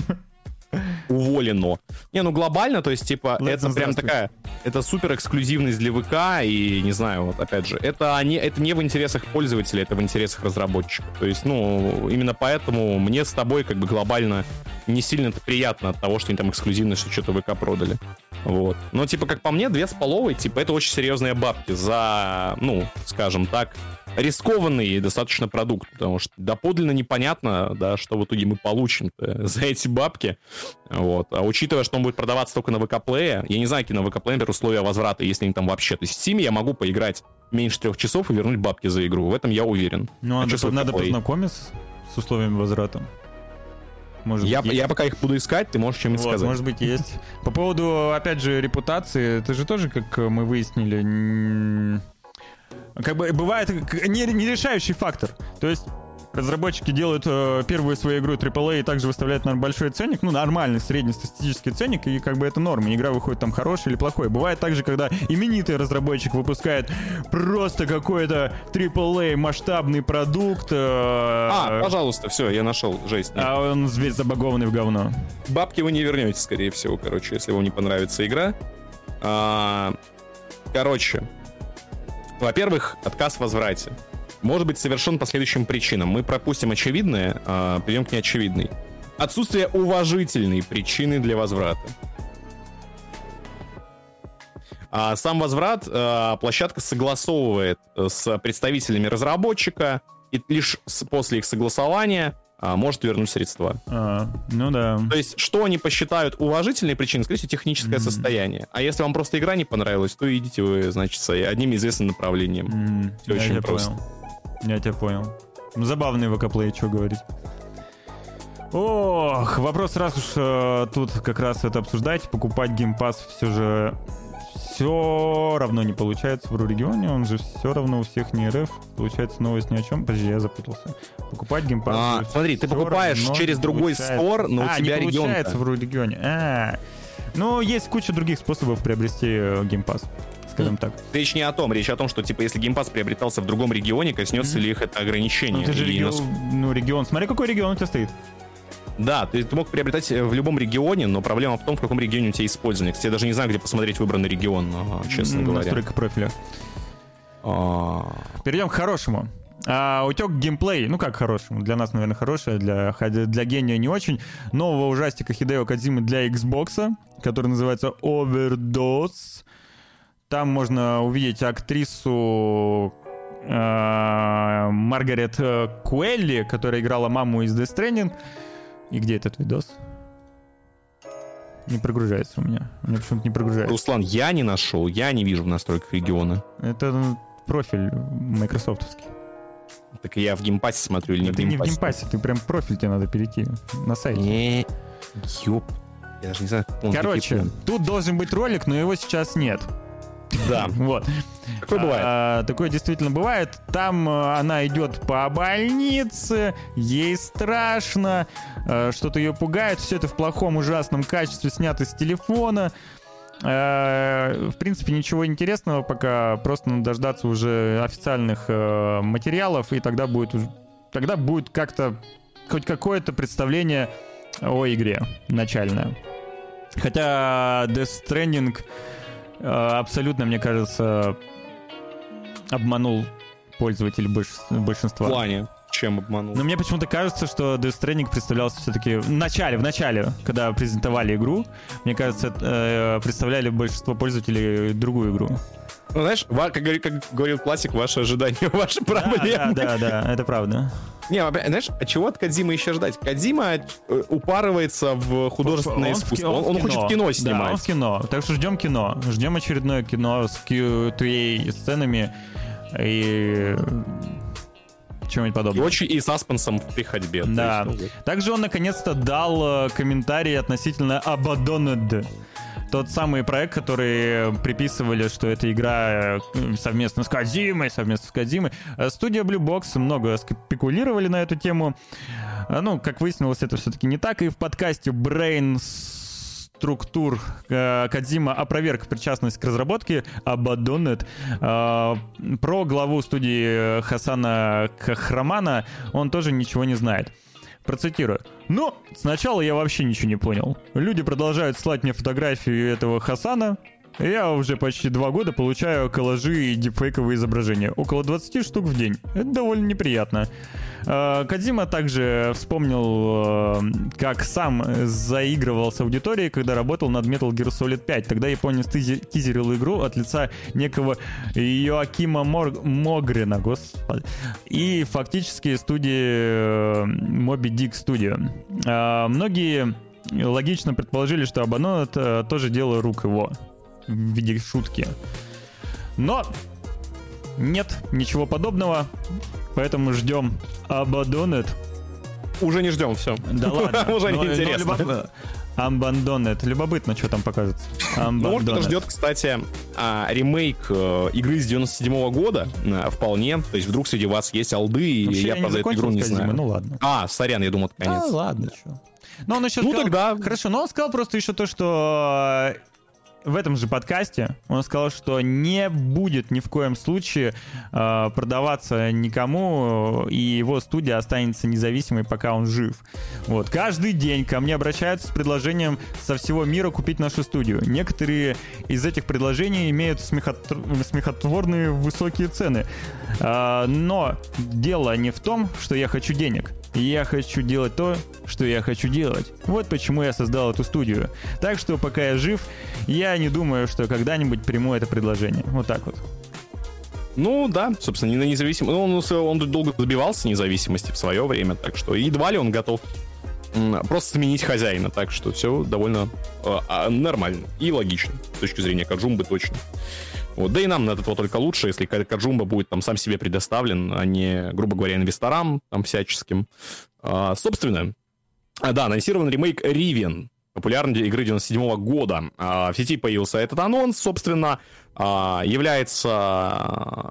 Уволено. Не, ну глобально, то есть, типа, Let's это прям такая... Это супер эксклюзивность для ВК, и, не знаю, вот опять же, это не, это не в интересах пользователя, это в интересах разработчика. То есть, ну, именно поэтому мне с тобой, как бы, глобально не сильно-то приятно от того, что они там эксклюзивно что-то ВК продали. Вот. Но, типа, как по мне, две с половой, типа, это очень серьезные бабки за, ну, скажем так, рискованный достаточно продукт, потому что доподлинно непонятно, да, что в итоге мы получим за эти бабки. Вот. А учитывая, что он будет продаваться только на ВК-плее, я не знаю, какие на ВК-плее, например, условия возврата, если они там вообще. То есть в Steam я могу поиграть меньше трех часов и вернуть бабки за игру. В этом я уверен. Ну, а надо, надо познакомиться с условиями возврата. Может я, быть, я пока их буду искать, ты можешь чем-нибудь вот, сказать. Может быть, есть. По поводу, опять же, репутации, это же тоже, как мы выяснили, как бы бывает не, не решающий фактор. То есть разработчики делают э, первую свою игру трипл эй и также выставляют на большой ценник, ну, нормальный среднестатистический ценник, и как бы это норма. Игра выходит там хорошая или плохой. Бывает также, когда именитый разработчик выпускает просто какой-то трипл эй масштабный продукт. Э, а, пожалуйста, все, я нашел, жесть. А он весь забагованный в говно. Бабки вы не вернете, скорее всего, короче, если вам не понравится игра. А, короче, во-первых, отказ в возврате может быть совершен по следующим причинам. Мы пропустим очевидное, а перейдем к неочевидной. Отсутствие уважительной причины для возврата. А сам возврат а, площадка согласовывает с представителями разработчика, и лишь после их согласования а, может вернуть средства. А, ну да. То есть, что они посчитают уважительной причиной, скорее всего, техническое mm-hmm. состояние. А если вам просто игра не понравилась, то идите вы, значит, одним известным направлением. Mm-hmm. Все Я очень просто. Понял. Я тебя понял. Ну, забавный ВК-плей, что говорить. Ох, вопрос, раз уж э, тут как раз это обсуждать, покупать геймпасс все же все равно не получается в ру-регионе, он же все равно у всех не РФ. Получается новость ни о чем. Подожди, я запутался. Покупать геймпасс. А, смотри, ты покупаешь через другой стор, но а, у тебя не регион. получается в ру-регионе. А, ну, есть куча других способов приобрести геймпасс. Скажем так. Речь не о том, речь о том, что, типа, если геймпасс приобретался в другом регионе, коснется mm-hmm. ли их это ограничение. Ну, ты же регион, нас... ну, регион, смотри, какой регион у тебя стоит. Да, ты, ты мог приобретать в любом регионе, но проблема в том, в каком регионе у тебя использование. Кстати, я даже не знаю, где посмотреть выбранный регион, честно mm-hmm. говоря. Настройка профиля. А... Перейдем к хорошему. А, утек геймплей, ну как хорошему, для нас, наверное, хорошее, для, для гения не очень. Нового ужастика Хидео Кодзимы для Xbox, который называется Overdose. Там можно увидеть актрису э, Маргарет Куэлли, которая играла маму из Death Stranding. И где этот видос? Не прогружается у меня. У меня почему-то не прогружается. Руслан, я не нашел, я не вижу в настройках региона. Это профиль майкрософтовский. Так я в геймпассе смотрю или не это в геймпассе? Не в геймпассе, ты прям профиль тебе надо перейти на сайте. Не, ёп. Я даже не знаю, как он. Короче, тут должен быть ролик, но его сейчас нет. Да. Вот. Такое бывает. А, такое действительно бывает. Там а, она идет по больнице, ей страшно, а, что-то ее пугает. Все это в плохом, ужасном качестве снято с телефона. А, в принципе, ничего интересного пока. Просто надо дождаться уже официальных а, материалов, и тогда будет, тогда будет как-то хоть какое-то представление о игре начальное. Хотя Death Stranding абсолютно, мне кажется, обманул пользователей большинства. В плане, чем обманул? Но мне почему-то кажется, что Death Stranding представлялся все-таки в начале, в начале, когда презентовали игру, мне кажется, представляли большинство пользователей другую игру. Ну, знаешь, как, как говорил классик, ваши ожидания, ваши проблемы. Да, да, да, да, это правда. Не, знаешь, а чего от Кодзимы еще ждать? Кодзима упарывается в художественное он искусство. Он, он, он хочет кино снимать. Да, он в кино. Так что ждем кино. Ждем очередное кино с кью ти эй-сценами и чем-нибудь подобное. И очень и саспенсом при ходьбе. Да. Есть, ну, также он наконец-то дал комментарий относительно Abandoned. Тот самый проект, который приписывали, что это игра совместно с Кодзимой, совместно с Кодзимой. Студия Blue Box много спекулировали на эту тему. Ну, как выяснилось, это все-таки не так. И в подкасте Brain Structure Кодзима опроверг причастность к разработке Abandoned. Про главу студии Хасана Кахрамана он тоже ничего не знает. Процитирую. Но сначала я вообще ничего не понял. Люди продолжают слать мне фотографию этого Хасана. Я уже почти два года получаю коллажи и дипфейковые изображения. Около двадцать штук в день. Это довольно неприятно. Кодзима также вспомнил, как сам заигрывал с аудиторией, когда работал над Metal Gear Solid пять. Тогда японец тизерил игру от лица некого Йоакима Мор... Могрина, господи. И фактически студии Moby Dick Studio. Многие логично предположили, что Abandoned тоже дело рук его в виде шутки. Но нет ничего подобного, поэтому ждем Abandoned. Уже не ждем, все. Да ладно. Уже неинтересно. Abandoned. Любопытно, что там покажется. Ну, кто-то ждет, кстати, ремейк игры с девяносто седьмого года. Вполне. То есть вдруг среди вас есть алды, и я про эту игру не знаю. Ну ладно. А, сорян, я думал, это конец. А, ладно, что. Но он еще ну, сказал... тогда... Хорошо, но он сказал просто еще то, что... В этом же подкасте он сказал, что не будет ни в коем случае э, продаваться никому, и его студия останется независимой, пока он жив. Вот. Каждый день ко мне обращаются с предложением со всего мира купить нашу студию. Некоторые из этих предложений имеют смехотр... смехотворные высокие цены. Э, но дело не в том, что я хочу денег. Я хочу делать то, что я хочу делать. Вот почему я создал эту студию. Так что, пока я жив, я не думаю, что когда-нибудь приму это предложение. Вот так вот. Ну да, собственно, не на независимость. Он, он долго добивался независимости в свое время, так что едва ли он готов просто сменить хозяина. Так что все довольно э, нормально и логично с точки зрения Коджумбы точно. Вот. Да и нам от этого только лучше, если Коджумба будет там сам себе предоставлен, а не, грубо говоря, инвесторам там всяческим. А, собственно, а, да, анонсирован ремейк Riven, популярной игры девяносто седьмого года. А, в сети появился этот анонс, собственно, а, является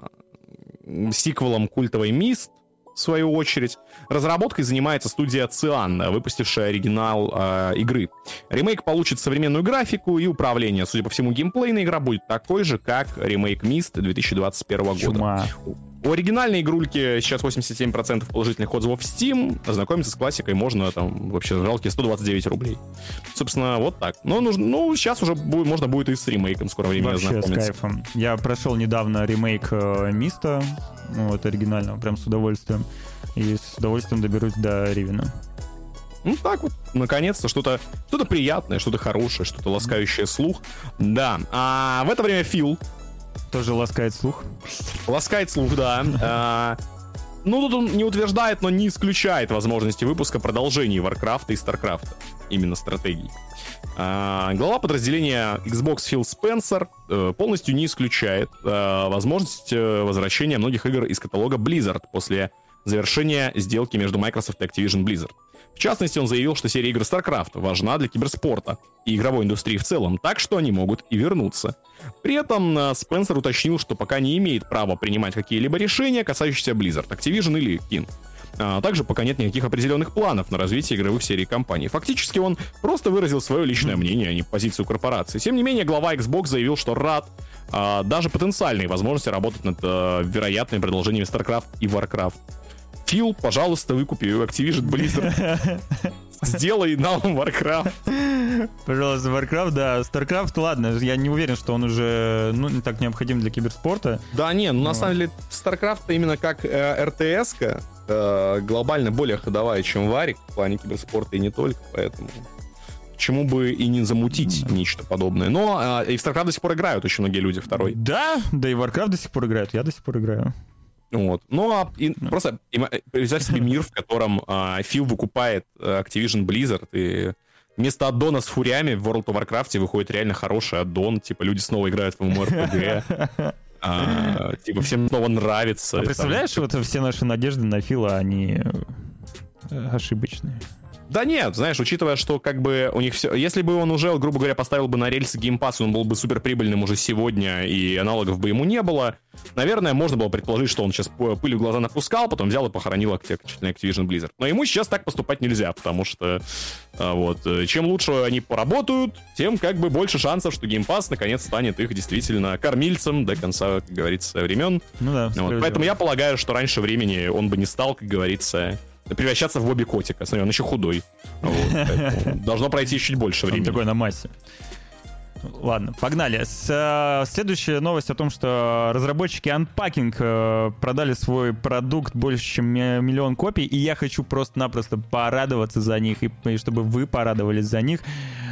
сиквелом культовой Myst, в свою очередь. Разработкой занимается студия Cyan, выпустившая оригинал э, игры. Ремейк получит современную графику и управление. Судя по всему, геймплейная игра будет такой же, как ремейк Myst две тысячи двадцать первого Чума. года. У оригинальной игрульки сейчас восемьдесят семь процентов положительных отзывов в Steam. Ознакомиться с классикой можно там вообще жалкие сто двадцать девять рублей. Собственно, вот так. Но нужно, ну, сейчас уже будет, можно будет и с ремейком в скором времени вообще ознакомиться. С кайфом. Я прошел недавно ремейк э, Миста, вот, оригинального, прям с удовольствием. И с удовольствием доберусь до Ривена. Ну, так вот, наконец-то, что-то, что-то приятное, что-то хорошее, что-то ласкающее слух. Да. А в это время Фил тоже ласкает слух. Ласкает слух, да. Ну, тут он не утверждает, но не исключает возможности выпуска продолжений Warcraft и StarCraft. Именно стратегий. А, глава подразделения Xbox Фил Спенсер э, полностью не исключает э, возможность э, возвращения многих игр из каталога Blizzard после завершения сделки между Microsoft и Activision Blizzard. В частности, он заявил, что серия игр StarCraft важна для киберспорта и игровой индустрии в целом, так что они могут и вернуться. При этом э, Спенсер уточнил, что пока не имеет права принимать какие-либо решения, касающиеся Blizzard, Activision или King. А также пока нет никаких определенных планов на развитие игровых серий компании. Фактически он просто выразил свое личное мнение, а не позицию корпорации. Тем не менее, глава Xbox заявил, что рад а, даже потенциальной возможности работать над а, вероятными продолжениями StarCraft и Warcraft. Фил, пожалуйста, выкупи Activision Blizzard. Сделай нам Warcraft. Пожалуйста, Warcraft, да. StarCraft, ладно, я не уверен, что он уже, ну, не так необходим для киберспорта. Да, не, ну, на самом деле, StarCraft именно как э, эр тэ эс-ка э, глобально более ходовая, чем Варик в плане киберспорта и не только, поэтому почему бы и не замутить нечто подобное. Но э, и в StarCraft до сих пор играют очень многие люди второй. Да, да и Warcraft до сих пор играют, я до сих пор играю. Вот. Ну, а и, no. просто представь себе мир, в котором а, Фил выкупает а, Activision Blizzard, и вместо аддона с фуриями в World of Warcraft выходит реально хороший аддон, типа люди снова играют в эм эм о эр пи джи, а, типа всем снова нравится. А представляешь, там, вот все наши надежды на Фила, они ошибочные. Да нет, знаешь, учитывая, что как бы у них все... Если бы он уже, грубо говоря, поставил бы на рельсы Game Pass, он был бы суперприбыльным уже сегодня, и аналогов бы ему не было, наверное, можно было предположить, что он сейчас пылью в глаза напускал, потом взял и похоронил Activision Blizzard. Но ему сейчас так поступать нельзя, потому что вот, чем лучше они поработают, тем как бы больше шансов, что Game Pass наконец станет их действительно кормильцем до конца, как говорится, времен. Ну да, вот. Поэтому я полагаю, что раньше времени он бы не стал, как говорится... превращаться в Бобби Котика. Смотри, он еще худой. Вот, должно пройти чуть больше времени. Он такой на массе. Ладно, погнали. С, э, следующая новость о том, что разработчики Unpacking э, продали свой продукт больше, чем миллион копий, и я хочу просто-напросто порадоваться за них, и, и чтобы вы порадовались за них.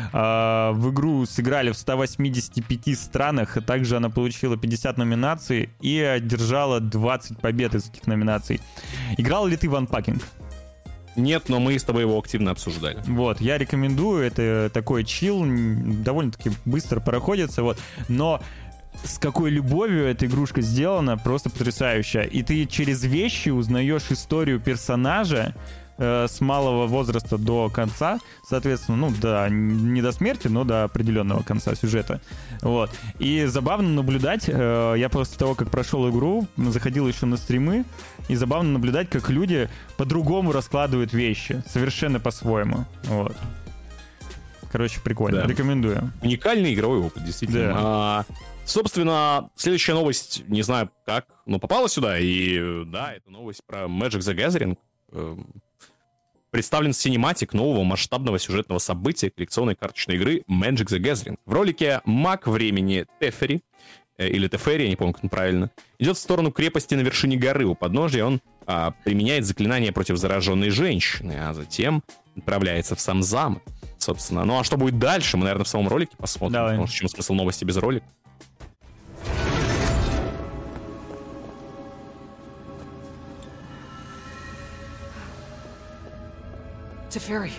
Э, в игру сыграли в ста восьмидесяти пяти странах, и также она получила пятьдесят номинаций и одержала двадцать побед из этих номинаций. Играл ли ты в Unpacking? Нет, но мы с тобой его активно обсуждали. Вот, я рекомендую, это такой чил, довольно-таки быстро проходится, вот, но с какой любовью эта игрушка сделана, просто потрясающе. И ты через вещи узнаешь историю персонажа э, с малого возраста до конца, соответственно, ну, да, не до смерти, но до определенного конца сюжета. Вот. И забавно наблюдать, э, я после того, как прошел игру, заходил еще на стримы, и забавно наблюдать, как люди по-другому раскладывают вещи, совершенно по-своему. Вот. Короче, прикольно. Да. Рекомендую. Уникальный игровой опыт, действительно. Да. А, собственно, следующая новость, не знаю как, но попала сюда. И да, это новость про Magic the Gathering. Представлен синематик нового масштабного сюжетного события коллекционной карточной игры Magic the Gathering. В ролике маг времени Тефери, или Тефери, я не помню, как он правильно, идет в сторону крепости на вершине горы. У подножия он а, применяет заклинание против зараженной женщины, а затем отправляется в сам замок. Собственно, ну а что будет дальше, мы, наверное, в самом ролике посмотрим. Давай. Потому что в чем смысл новости без ролика. Teferi.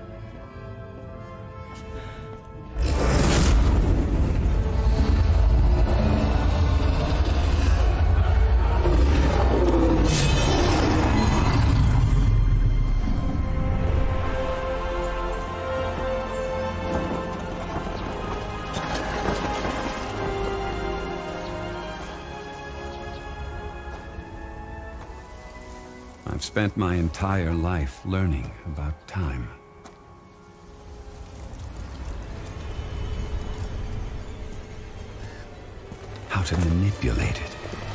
I've spent my entire life learning about time. How to manipulate it.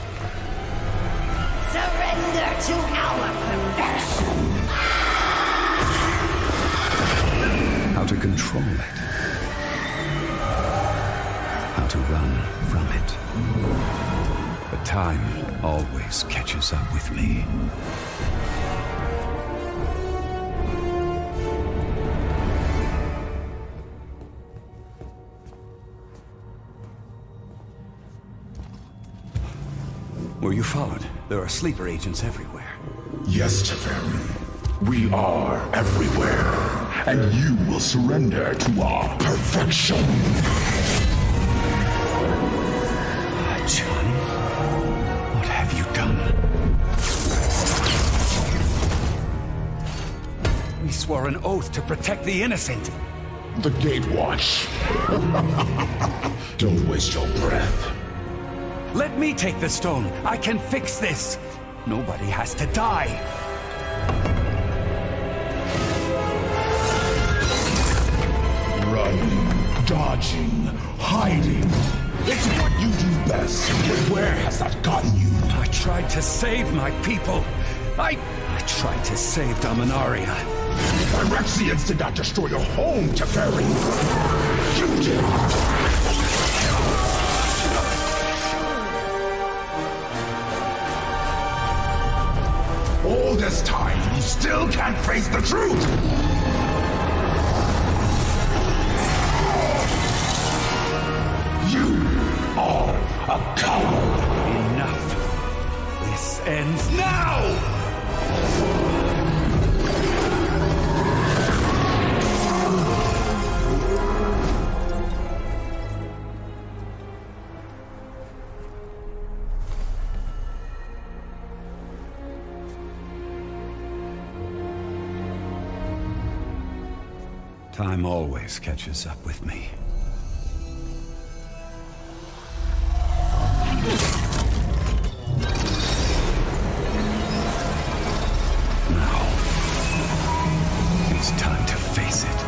Surrender to our perversion. How to control it. How to run from it. But time always catches up with me. Were you followed? There are sleeper agents everywhere. Yes, Teferi. We are everywhere, and you will surrender to our perfection. Johnny, what have you done? We swore an oath to protect the innocent. The Gatewatch. Don't waste your breath. Let me take the stone. I can fix this. Nobody has to die. Running, dodging, hiding. It's what you do best. But where has that gotten you? I tried to save my people. I... I tried to save Dominaria. The Phyrexians did not destroy your home, Teferi. You did. All this time, you still can't face the truth! You are a coward! Enough. This ends now! Time always catches up with me. Now, it's time to face it.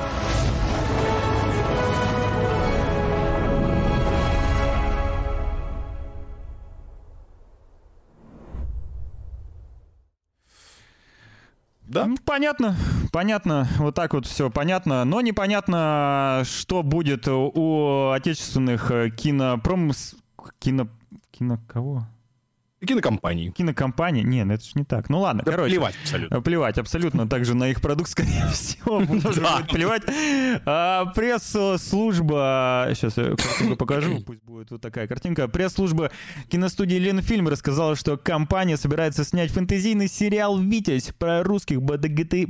Да? Понятно, понятно, вот так вот все понятно, но непонятно, что будет у отечественных кинопромс... Кино... Кино... кого? Кинокомпании. Кинокомпании? Не, ну это же не так. Ну ладно, да короче. Плевать абсолютно. Плевать абсолютно. Также на их продукт, скорее всего, будет плевать. А, пресс-служба... Сейчас я картинку покажу, пусть будет вот такая картинка. Пресс-служба киностудии Ленфильм рассказала, что компания собирается снять фэнтезийный сериал «Витязь» про русских богатырей,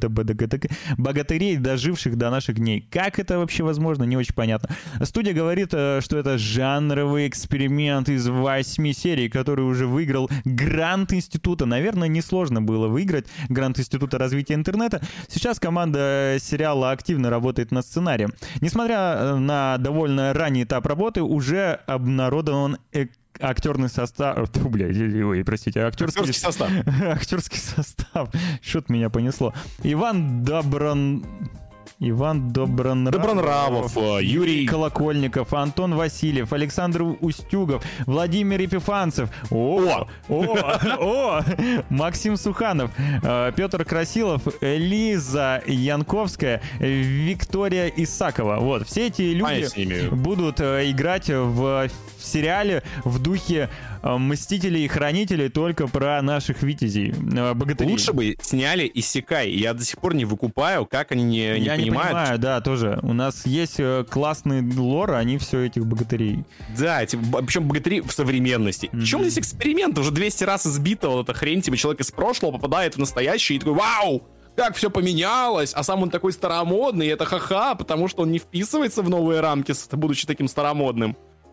богатырей, доживших до наших дней. Как это вообще возможно, не очень понятно. Студия говорит, что это жанровый эксперимент из восьми серий, который уже выиграл грант института. Наверное, несложно было выиграть грант института развития интернета. Сейчас команда сериала активно работает над сценарием. Несмотря на довольно ранний этап работы, уже обнародован эк- актерный состав... Блядь, ой, простите, актерский, актерский состав. Актерский состав. Что-то меня понесло. Иван Доброн... Иван Добронравов, Добронравов, Юрий Колокольников, Антон Васильев, Александр Устюгов, Владимир Епифанцев, о, о, о, Максим Суханов, Петр Красилов, Лиза Янковская, Виктория Исакова. Вот, все эти люди будут играть в сериале в духе Мстителей и Хранителей, только про наших витязей, богатырей. Лучше бы сняли Иссякай. Я до сих пор не выкупаю, как они не, не Я понимают. не понимаю, да, тоже. У нас есть классный лор, они все этих богатырей. Да, эти, причем богатыри в современности. Mm-hmm. В чем здесь эксперимент? Уже двести раз избита вот эта хрень, типа человек из прошлого попадает в настоящее и такой: вау! Как все поменялось, а сам он такой старомодный, и это ха-ха, потому что он не вписывается в новые рамки, будучи таким старомодным.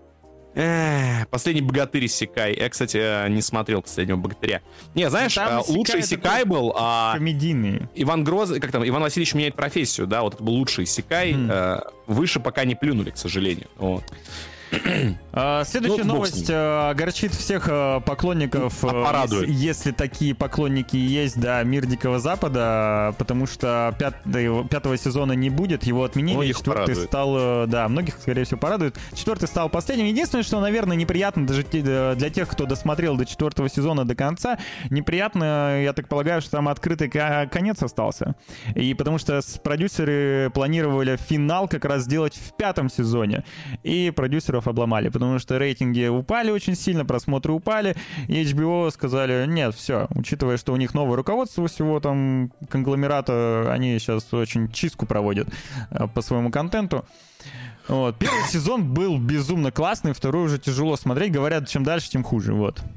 Эх, последний богатырь Иссякай. Я, кстати, не смотрел последнего богатыря. Не, знаешь, а, лучший Иссякай был... А, комедийный. Иван Грозный, как там, Иван Васильевич меняет профессию, да, вот это был лучший Иссякай. Mm. А, выше пока не плюнули, к сожалению. Вот. Следующая ну, новость огорчит всех поклонников, если, если такие поклонники есть, да, «Мир Дикого Запада», потому что пятого, пятого сезона не будет, его отменили. Многих четвертый порадует. стал, да, многих, скорее всего, порадует. Четвертый стал последним. Единственное, что, наверное, неприятно даже для тех, кто досмотрел до четвертого сезона до конца, неприятно, я так полагаю, что там открытый конец остался. И потому что продюсеры планировали финал как раз сделать в пятом сезоне, и продюсеров обломали, потому что рейтинги упали очень сильно, просмотры упали, и эйч би о сказали: нет, все, учитывая, что у них новое руководство всего там конгломерата, они сейчас очень чистку проводят э, по своему контенту. Вот. Первый сезон был безумно классный, второй уже тяжело смотреть, говорят, чем дальше, тем хуже, вот.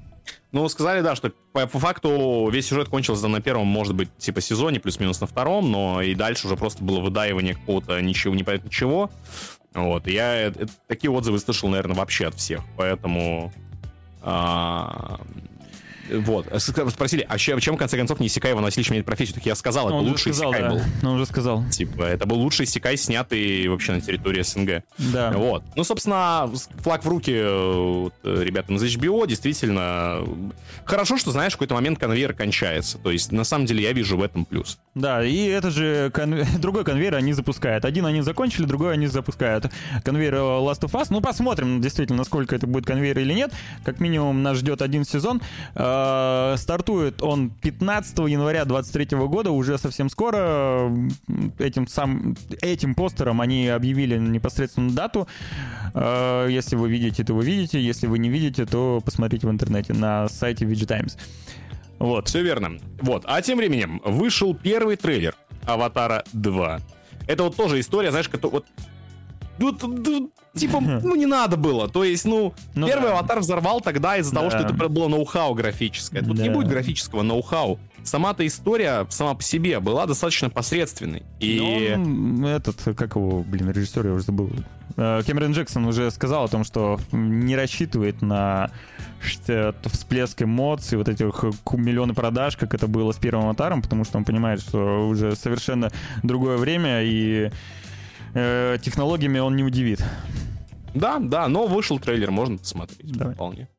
Ну, сказали, да, что по, по факту весь сюжет кончился на первом, может быть, типа сезоне, плюс-минус на втором, но и дальше уже просто было выдаивание какого-то ничего, непонятно чего. Вот, и я это, такие отзывы слышал, наверное, вообще от всех, поэтому... А, вот, спросили, а чем, чем в конце концов не Исекай Иван Васильевич меняет профессию? Так я сказал, это он лучший сказал, Исекай да. был. Он уже сказал. Типа, это был лучший Исекай, снятый вообще на территории СНГ. Да. Вот. Ну, собственно, флаг в руки вот, ребятам из эйч би о. Действительно, хорошо, что, знаешь, в какой-то момент конвейер кончается. То есть, на самом деле, я вижу в этом плюс. Да, и это же кон... другой конвейер они запускают. Один они закончили, другой они запускают. Конвейер Last of Us. Ну, посмотрим, действительно, насколько это будет конвейер или нет. Как минимум, нас ждет один сезон. Стартует он пятнадцатого января двадцать третьего года, уже совсем скоро. Этим, сам, этим постером они объявили непосредственно дату. Если вы видите, то вы видите. Если вы не видите, то посмотрите в интернете на сайте ви джи Times. Вот. Все верно. Вот. А тем временем вышел первый трейлер Аватара два. Это вот тоже история, знаешь, которая вот... Ну, типа, ну, не надо было. То есть, ну, ну первый да. Аватар взорвал тогда из-за да. того, что это было ноу-хау графическое. Тут да. не будет графического ноу-хау. Сама-то история сама по себе была достаточно посредственной. И... Он, этот, как его, блин, режиссер, я уже забыл. Кэмерон Джексон уже сказал о том, что не рассчитывает на всплеск эмоций, вот этих миллионы продаж, как это было с первым Аватаром, потому что он понимает, что уже совершенно другое время, и э, технологиями он не удивит. Да, да, но вышел трейлер, можно посмотреть. Давай. Вполне.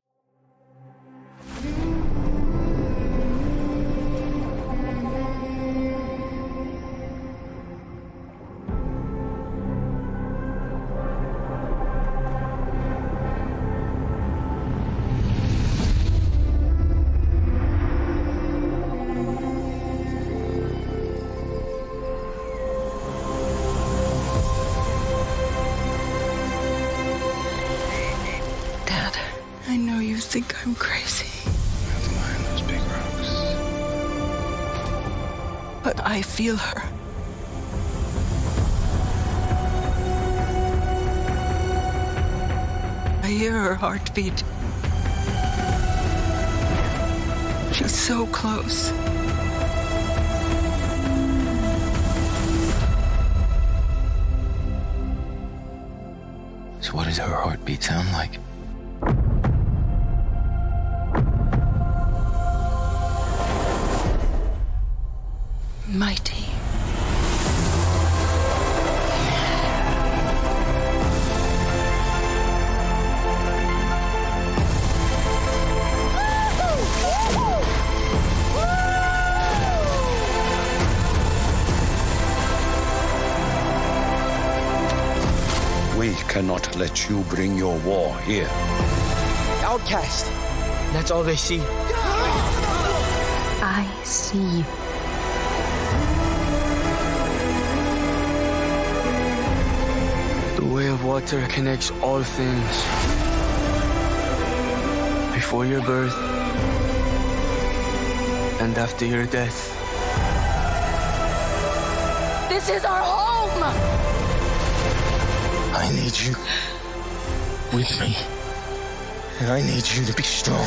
Think I'm crazy. That's behind those big rocks. But I feel her. I hear her heartbeat. She's so close. So what does her heartbeat sound like? Mighty. We cannot let you bring your war here. Outcast. That's all they see. I see. The way of water connects all things. Before your birth and after your death. This is our home! I need you with me. And I need you to be strong.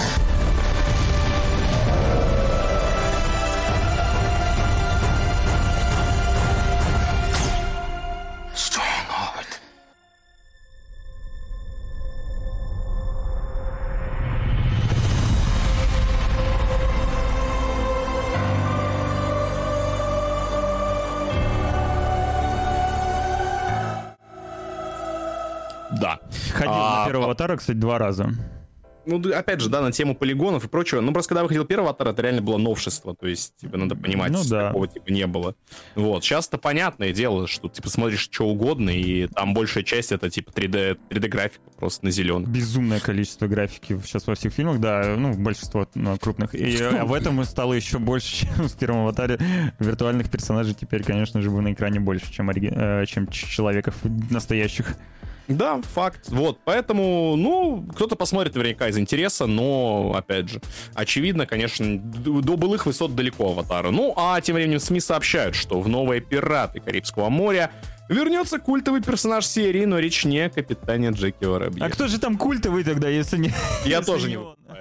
Да. Ходил а, на первого Аватара, кстати, два раза. Ну, опять же, да, на тему полигонов и прочего. Ну, просто когда выходил первый Аватар, это реально было новшество. То есть, типа, надо понимать, ну, что да. такого типа не было. Вот. Сейчас-то понятное дело, что ты посмотришь что угодно, и там большая часть это типа три дэ, три дэ-графика просто на зеленом. Безумное количество графики сейчас во всех фильмах, да, ну, большинство ну, крупных. И а в этом стало еще больше, чем в первом Аватаре. Виртуальных персонажей теперь, конечно же, на экране больше, чем, ориги... э, чем человеков настоящих. Да, факт. Вот, поэтому, ну, кто-то посмотрит наверняка из интереса, но, опять же, очевидно, конечно, до былых высот далеко Аватара. Ну, а тем временем СМИ сообщают, что в новые «Пираты Карибского моря» вернется культовый персонаж серии, но речь не о капитане Джеки Воробье. А кто же там культовый тогда, если не... Я если тоже не не он? знаю.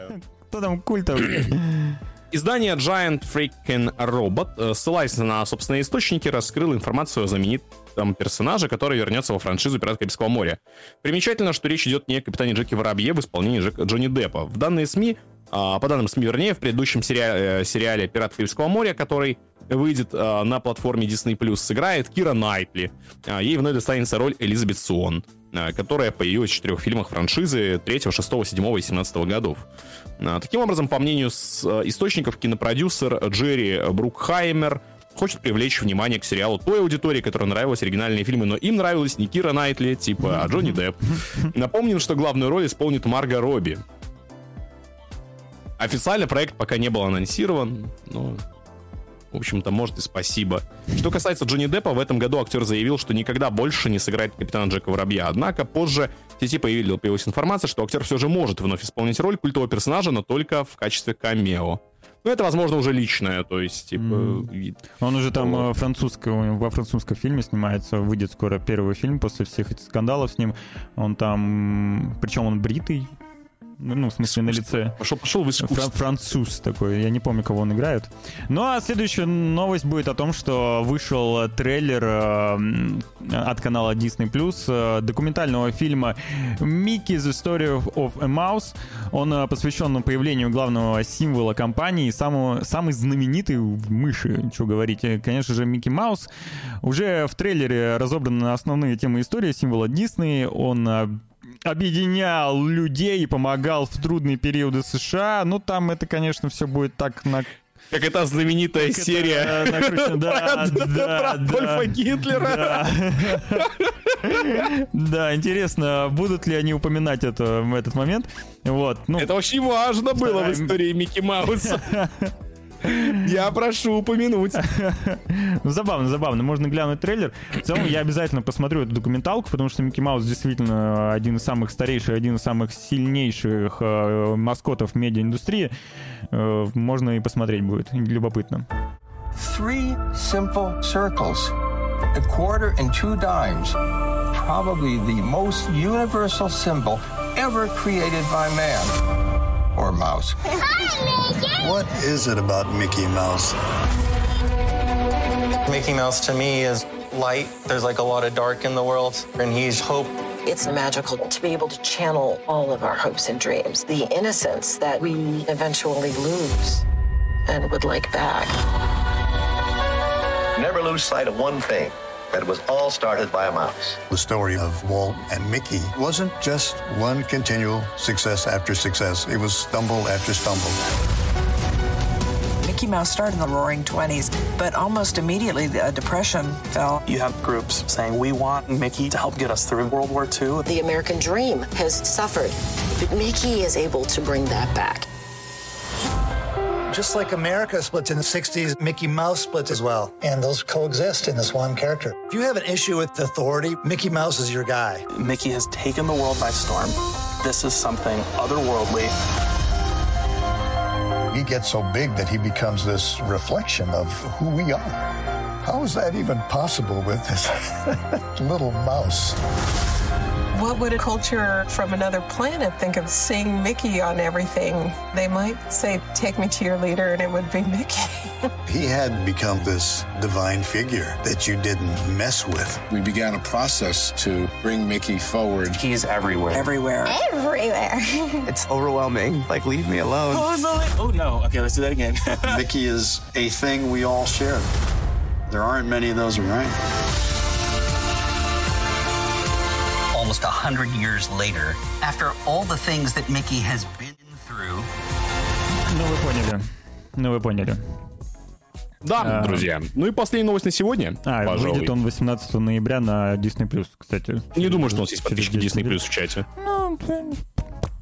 Кто там культов? Издание Giant Freaking Robot, ссылаясь на собственные источники, раскрыло информацию о знаменитом персонаже, который вернется во франшизу «Пираты Карибского моря». Примечательно, что речь идет не о капитане Джеке Воробье в исполнении Джек, Джонни Деппа. В данные СМИ, по данным СМИ, вернее, в предыдущем сериале, сериале «Пираты Карибского моря», который выйдет на платформе Disney+, сыграет Кира Найтли. Ей вновь достанется роль Элизабет Суон, которая появилась в четырех фильмах франшизы третьего, шестого, седьмого и семнадцатого годов. Таким образом, по мнению источников, кинопродюсер Джерри Брукхаймер хочет привлечь внимание к сериалу той аудитории, которой нравились оригинальные фильмы, но им нравилась не Кира Найтли, типа, а Джонни Депп. Напомним, что главную роль исполнит Марго Робби. Официально проект пока не был анонсирован, но... В общем-то, может и спасибо. Что касается Джонни Деппа, в этом году актер заявил, что никогда больше не сыграет капитана Джека Воробья. Однако позже в сети появилась информация, что актер все же может вновь исполнить роль культового персонажа, но только в качестве камео. Ну, это, возможно, уже личное, то есть, типа... Mm. Он уже там вот. французского, во французском фильме снимается, выйдет скоро первый фильм после всех этих скандалов с ним. Он там... Причем он бритый. Ну, в смысле, на лице. Пошел, пошел в искусство. Француз такой, я не помню, кого он играет. Ну, а следующая новость будет о том, что вышел трейлер э, от канала Disney+, э, документального фильма «Mickey: The Story of a Mouse». Он э, посвящен появлению главного символа компании, самого, самый знаменитый мыши, что говорить, конечно же, Микки Маус. Уже в трейлере разобраны основные темы истории символа Disney. Он э, объединял людей и помогал в трудные периоды США. Ну, там это, конечно, все будет так на... Как эта знаменитая как серия это, накручено, да, да, про Адольфа Гитлера. Да, интересно, будут ли они упоминать это в этот момент. Вот, ну, это очень важно было в истории Микки Мауса. Я прошу упомянуть. Ну, забавно, забавно. Можно глянуть трейлер. В целом, я обязательно посмотрю эту документалку, потому что Микки Маус действительно один из самых старейших, один из самых сильнейших э, маскотов медиаиндустрии. Э, можно и посмотреть будет. Любопытно. Three simple circles, a quarter and two dimes. Probably the most universal symbol ever created by man. Or mouse. Hi, Mickey! What is it about Mickey Mouse? Mickey Mouse to me is light. There's like a lot of dark in the world, and he's hope. It's magical to be able to channel all of our hopes and dreams, the innocence that we eventually lose and would like back. Never lose sight of one thing. That was all started by a mouse. The story of Walt and Mickey wasn't just one continual success after success. It was stumble after stumble. Mickey Mouse started in the Roaring Twenties, but almost immediately the Depression fell. You have groups saying, we want Mickey to help get us through World War Two. The American dream has suffered, but Mickey is able to bring that back. Just like America splits in the sixties, Mickey Mouse splits as well. And those coexist in this one character. If you have an issue with authority, Mickey Mouse is your guy. Mickey has taken the world by storm. This is something otherworldly. He gets so big that he becomes this reflection of who we are. How is that even possible with this little mouse? What would a culture from another planet think of seeing Mickey on everything? They might say, take me to your leader, and it would be Mickey. He had become this divine figure that you didn't mess with. We began a process to bring Mickey forward. He's everywhere. Everywhere. Everywhere. It's overwhelming. Like, leave me alone. Oh, no. Oh, no. Okay, let's do that again. Mickey is a thing we all share. There aren't many of those around. Almost a hundred years later, after all the things that Mickey has been through. Ну вы поняли, ну вы поняли. Да, а, друзья. Ну и последняя новость на сегодня. А, пожалуй. Выйдет он восемнадцатого ноября на Disney+, кстати. Не думаю, что у нас есть подписчики Disney+, Disney+, в чате. Ну,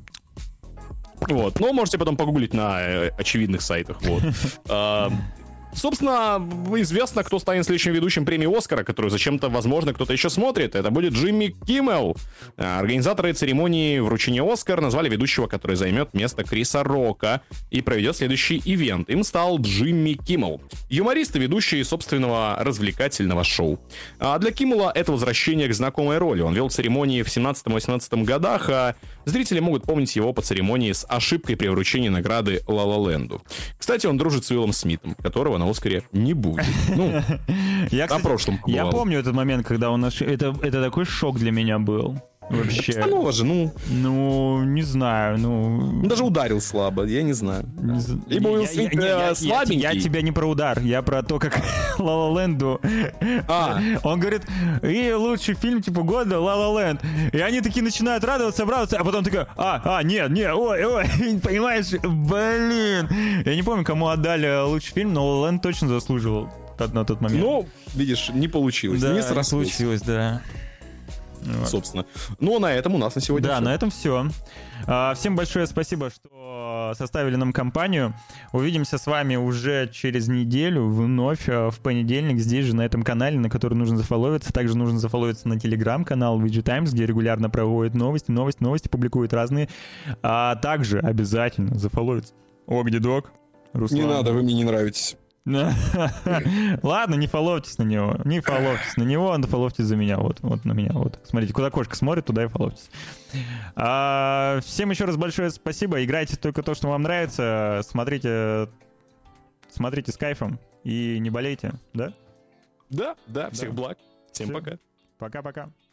вот. Но можете потом погуглить на очевидных сайтах. Вот. Собственно, известно, кто станет следующим ведущим премии «Оскара», которую зачем-то, возможно, кто-то еще смотрит. Это будет Джимми Киммел. Организаторы церемонии вручения «Оскар» назвали ведущего, который займет место Криса Рока и проведет следующий ивент. Им стал Джимми Киммел. Юморист и ведущий собственного развлекательного шоу. А для Киммела это возвращение к знакомой роли. Он вел церемонии в семнадцатом-восемнадцатом годах, а зрители могут помнить его по церемонии с ошибкой при вручении награды «Ла Ла Ленду». Кстати, он дружит с Уиллом Смитом, которого на «Оскаре» не будет. Ну, я, на кстати, прошлом побывал. Я помню этот момент, когда он... Наш... Это, это такой шок для меня был. Вообще. Постанова же, ну... Ну, не знаю, ну... Даже ударил слабо, я не знаю. Либо Уилл Смит слабенький. Я, я, я тебя не про удар, я про то, как «Ла Ла Ленду». А. Он говорит, и лучший фильм типа года «Ла Ла Ленд». И они такие начинают радоваться, обрадоваться, а потом такая, а, а, нет, нет, ой, ой, понимаешь, блин. Я не помню, кому отдали лучший фильм, но «Ла Ла Ленд» точно заслуживал на тот момент. Ну, видишь, не получилось. Да, не не случилось, да. Вот. Собственно. Ну, а на этом у нас на сегодня Да, все. на этом все. Всем большое спасибо, что составили нам компанию. Увидимся с вами уже через неделю, вновь в понедельник, здесь же, на этом канале, на который нужно зафоловиться. Также нужно зафоловиться на телеграм-канал ви джи Times, где регулярно проводят новости, новости, новости, публикуют разные. А также обязательно зафоловиться Огдидок, Руслан. Не надо, вы мне не нравитесь. Ладно, не фоловьтесь на него. Не фоловьтесь на него, а фоловьтесь за меня. Вот, вот на меня. Вот. Смотрите, куда кошка смотрит, туда и фоловьтесь. А, всем еще раз большое спасибо. Играйте только то, что вам нравится. Смотрите, смотрите с кайфом и не болейте, да? Да, да. Всех да. благ. Всем Все. пока. Пока-пока.